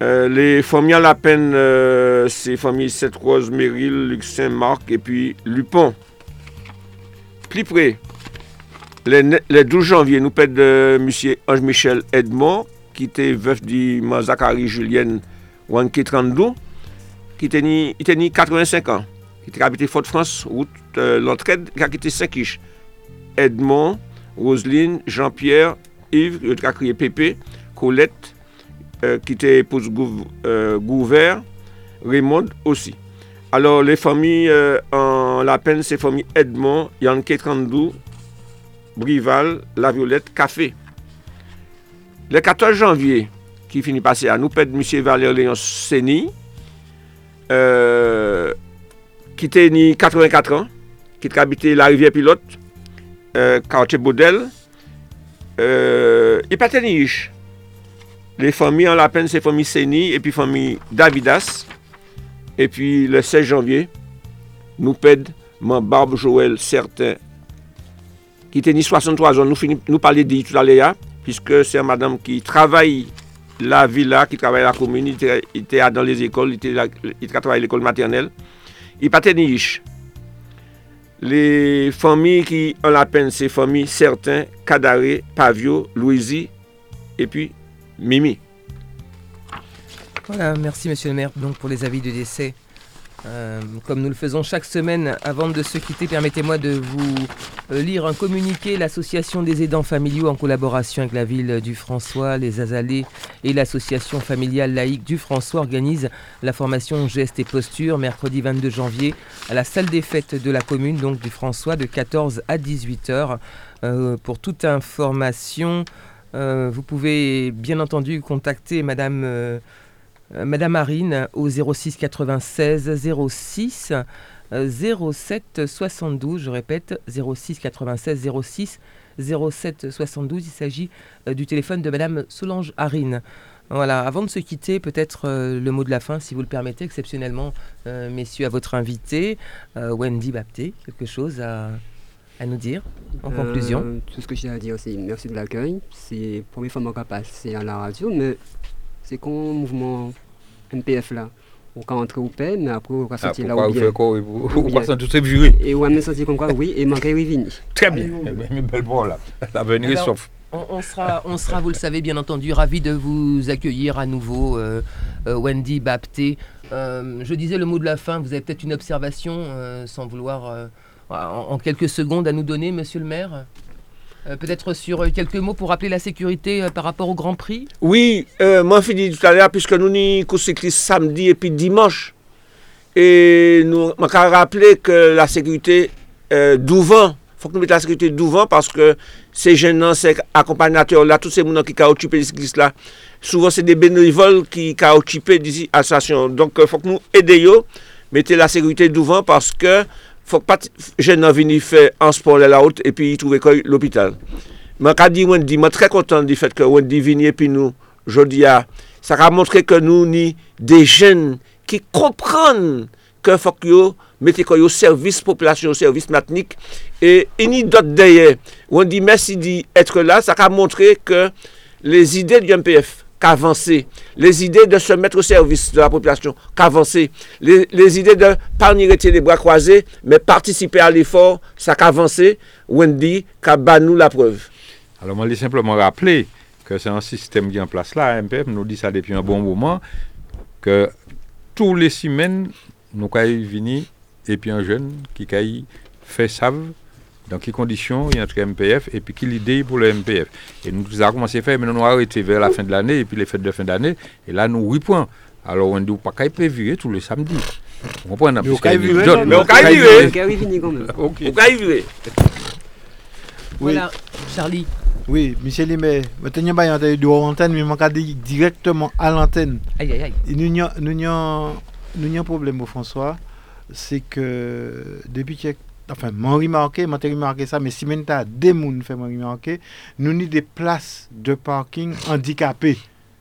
Euh, les familles à la peine, euh, c'est famille Sainte-Rose, Méril, Luxin, Marc et puis Lupon. Plus près, le, le douze janvier, nous pète de M. Ange-Michel Edmond, qui était veuf de Zachary Julienne Wanké trente-deux, qui tenait quatre-vingt-cinq ans, qui était habité Fort-France, route euh, l'entraide, qui a quitté Saint-Quiche. Edmond, Roselyne, Jean-Pierre, Yves, qui a crié Pépé, Colette, Euh, qui était épouse Gou- euh, Gouvert, Raymond aussi. Alors, les familles euh, en la peine, c'est famille Edmond, Yanké trente-deux, Brival, La Violette, Café. Le quatorze janvier, qui finit passer à nous, pète M. Valère Léon Séni, euh, qui était né quatre-vingt-quatre ans, qui habitait la rivière Pilote, euh, quartier Baudel, euh, il pas ni riche. Les familles en la peine, c'est famille Séni et puis famille Davidas. Et puis le seize janvier, nous pède mon Barbe Joël Certain, qui tenait soixante-trois ans. Nous, fini, nous parlions de tout à l'heure, puisque c'est une madame qui travaille la villa, qui travaille la commune, il était, il était dans les écoles, il, était là, il travaille à l'école maternelle. Il pas ni riche. Les familles qui ont la peine, c'est famille Certain, Cadaré, Pavio, Louisie et puis Mimi. Voilà, merci Monsieur le maire donc pour les avis de décès. Euh, comme nous le faisons chaque semaine, avant de se quitter, permettez-moi de vous euh, lire un communiqué. L'association des aidants familiaux, en collaboration avec la ville du François, les Azalées et l'association familiale laïque du François, organise la formation Gestes et Postures mercredi vingt-deux janvier à la salle des fêtes de la commune, donc du François, de quatorze à dix-huit heures. Euh, pour toute information, Euh, vous pouvez bien entendu contacter Madame, euh, Madame Marine au zéro six quatre-vingt-seize zéro six zéro sept soixante-douze. Je répète, zéro six quatre-vingt-seize zéro six zéro sept soixante-douze. Il s'agit euh, du téléphone de Madame Solange Harine. Voilà, avant de se quitter, peut-être euh, le mot de la fin, si vous le permettez, exceptionnellement, euh, messieurs, à votre invité, euh, Wendy Bapté, quelque chose à... à nous dire, en euh, conclusion? Tout ce que j'ai à dire, c'est merci de l'accueil. C'est la première fois que je passe à la radio, mais c'est comme mouvement M P F là. On peut entrer au paix, mais après on va sortir là où bien. On va sortir tout juré. Et on va me sortir comme quoi, oui, et manquer revenir. Très bien, une belle voix là. L'avenir est sauf. On, on, sera, on sera, vous le savez bien entendu, ravis de vous accueillir à nouveau, euh, euh, Wendy Bapté. Euh, je disais le mot de la fin, vous avez peut-être une observation, euh, sans vouloir... Euh, En, en quelques secondes à nous donner, monsieur le maire, euh, peut-être sur euh, quelques mots pour rappeler la sécurité euh, par rapport au Grand Prix. Oui, euh, moi je dit tout à l'heure, puisque nous n'y course cycliste samedi et puis dimanche. Et nous, je rappeler que la sécurité euh, d'ouvant, il faut que nous mettions la sécurité d'ouvant parce que ces jeunes, ces accompagnateurs là, tous ces gens qui ont occupé les cyclistes là, souvent c'est des bénévoles qui ont occupé des associations. Donc il faut que nous aidions, mettez la sécurité d'ouvant parce que faut pas jeune venir faire un sport là la route et puis trouver l'hôpital. Mais quand dit Wendy, moi très content du fait que Wendy vienne et puis nous jodi a ça a montré que nous ni des jeunes qui comprennent que faut que yo mettez au service population, au service matinique et ni d'autres derrière. Wendy merci d'être là, ça a montré que les idées du M P F qu'avancer, les idées de se mettre au service de la population, qu'avancer, les, les idées de ne pas rester les bras croisés, mais participer à l'effort, ça qu'avancer, Wendy, qu'a nous la preuve. Alors, moi, je vais simplement rappeler que c'est un système qui est en place là, M P F nous dit ça depuis un bon moment, que tous les semaines, nous avons venir et puis un jeune qui a fait ça. Dans quelles conditions il y a entre M P F et puis quelle idée pour le M P F. Et nous avons commencé à faire, mais nous avons arrêté vers la fin de l'année et puis les fêtes de fin d'année. Et là, nous huit points. Alors, on ne doit pas qu'à virer tous les samedis. On comprend. Mais on peut virer. Mais on peut virer. On peut virer. Voilà, Charlie. Oui, Michel Limet, maintenant, il y a une antenne, mais je vais directement à l'antenne. Aïe, aïe, aïe. Nous avons un problème au François, c'est que depuis que enfin, m'en remarqué, m'en remarqué ça, mais si maintenant des gens fait m'en remarquer, nous avons des places de parking handicapées.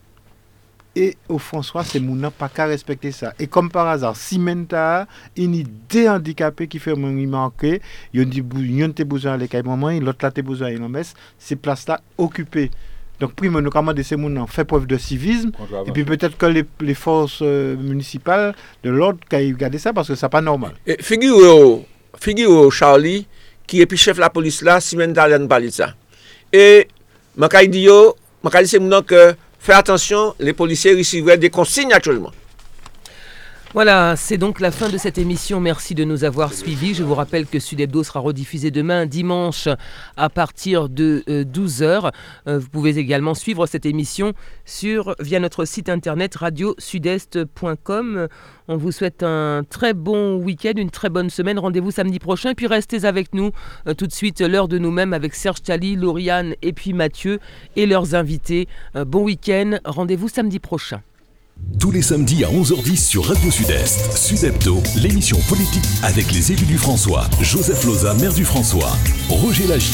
Et au François, c'est moun n'a pas qu'à respecter ça. Et comme par hasard, si maintenant il y a des handicapés qui font m'en remarquer, il y a des besoin de besoin à l'école maman, l'autre là des besoin à l'O M S, ces places là occupées. Donc, primo, nous commandons ces gens fait preuve de civisme. Et puis peut-être que les, les forces euh, municipales de l'ordre qui regardent ça parce que c'est pas normal. Figure, figure Charlie, qui est puis chef de la police là, semaine dernière, nous parle de ça. Et je vais dire, je vais dire que faites attention, les policiers recevront des consignes actuellement. Voilà, c'est donc la fin de cette émission. Merci de nous avoir suivis. Je vous rappelle que Sud Hebdo sera rediffusé demain, dimanche, à partir de euh, douze heures. Euh, vous pouvez également suivre cette émission sur, via notre site internet radio sud est point com. On vous souhaite un très bon week-end, une très bonne semaine. Rendez-vous samedi prochain. Puis restez avec nous euh, tout de suite, l'heure de nous-mêmes avec Serge Tali, Lauriane et puis Mathieu et leurs invités. Euh, bon week-end. Rendez-vous samedi prochain. Tous les samedis à onze heures dix sur Radio Sud-Est, Sud Hebdo, l'émission politique avec les élus du François, Joseph Loza, maire du François, Roger Lagier.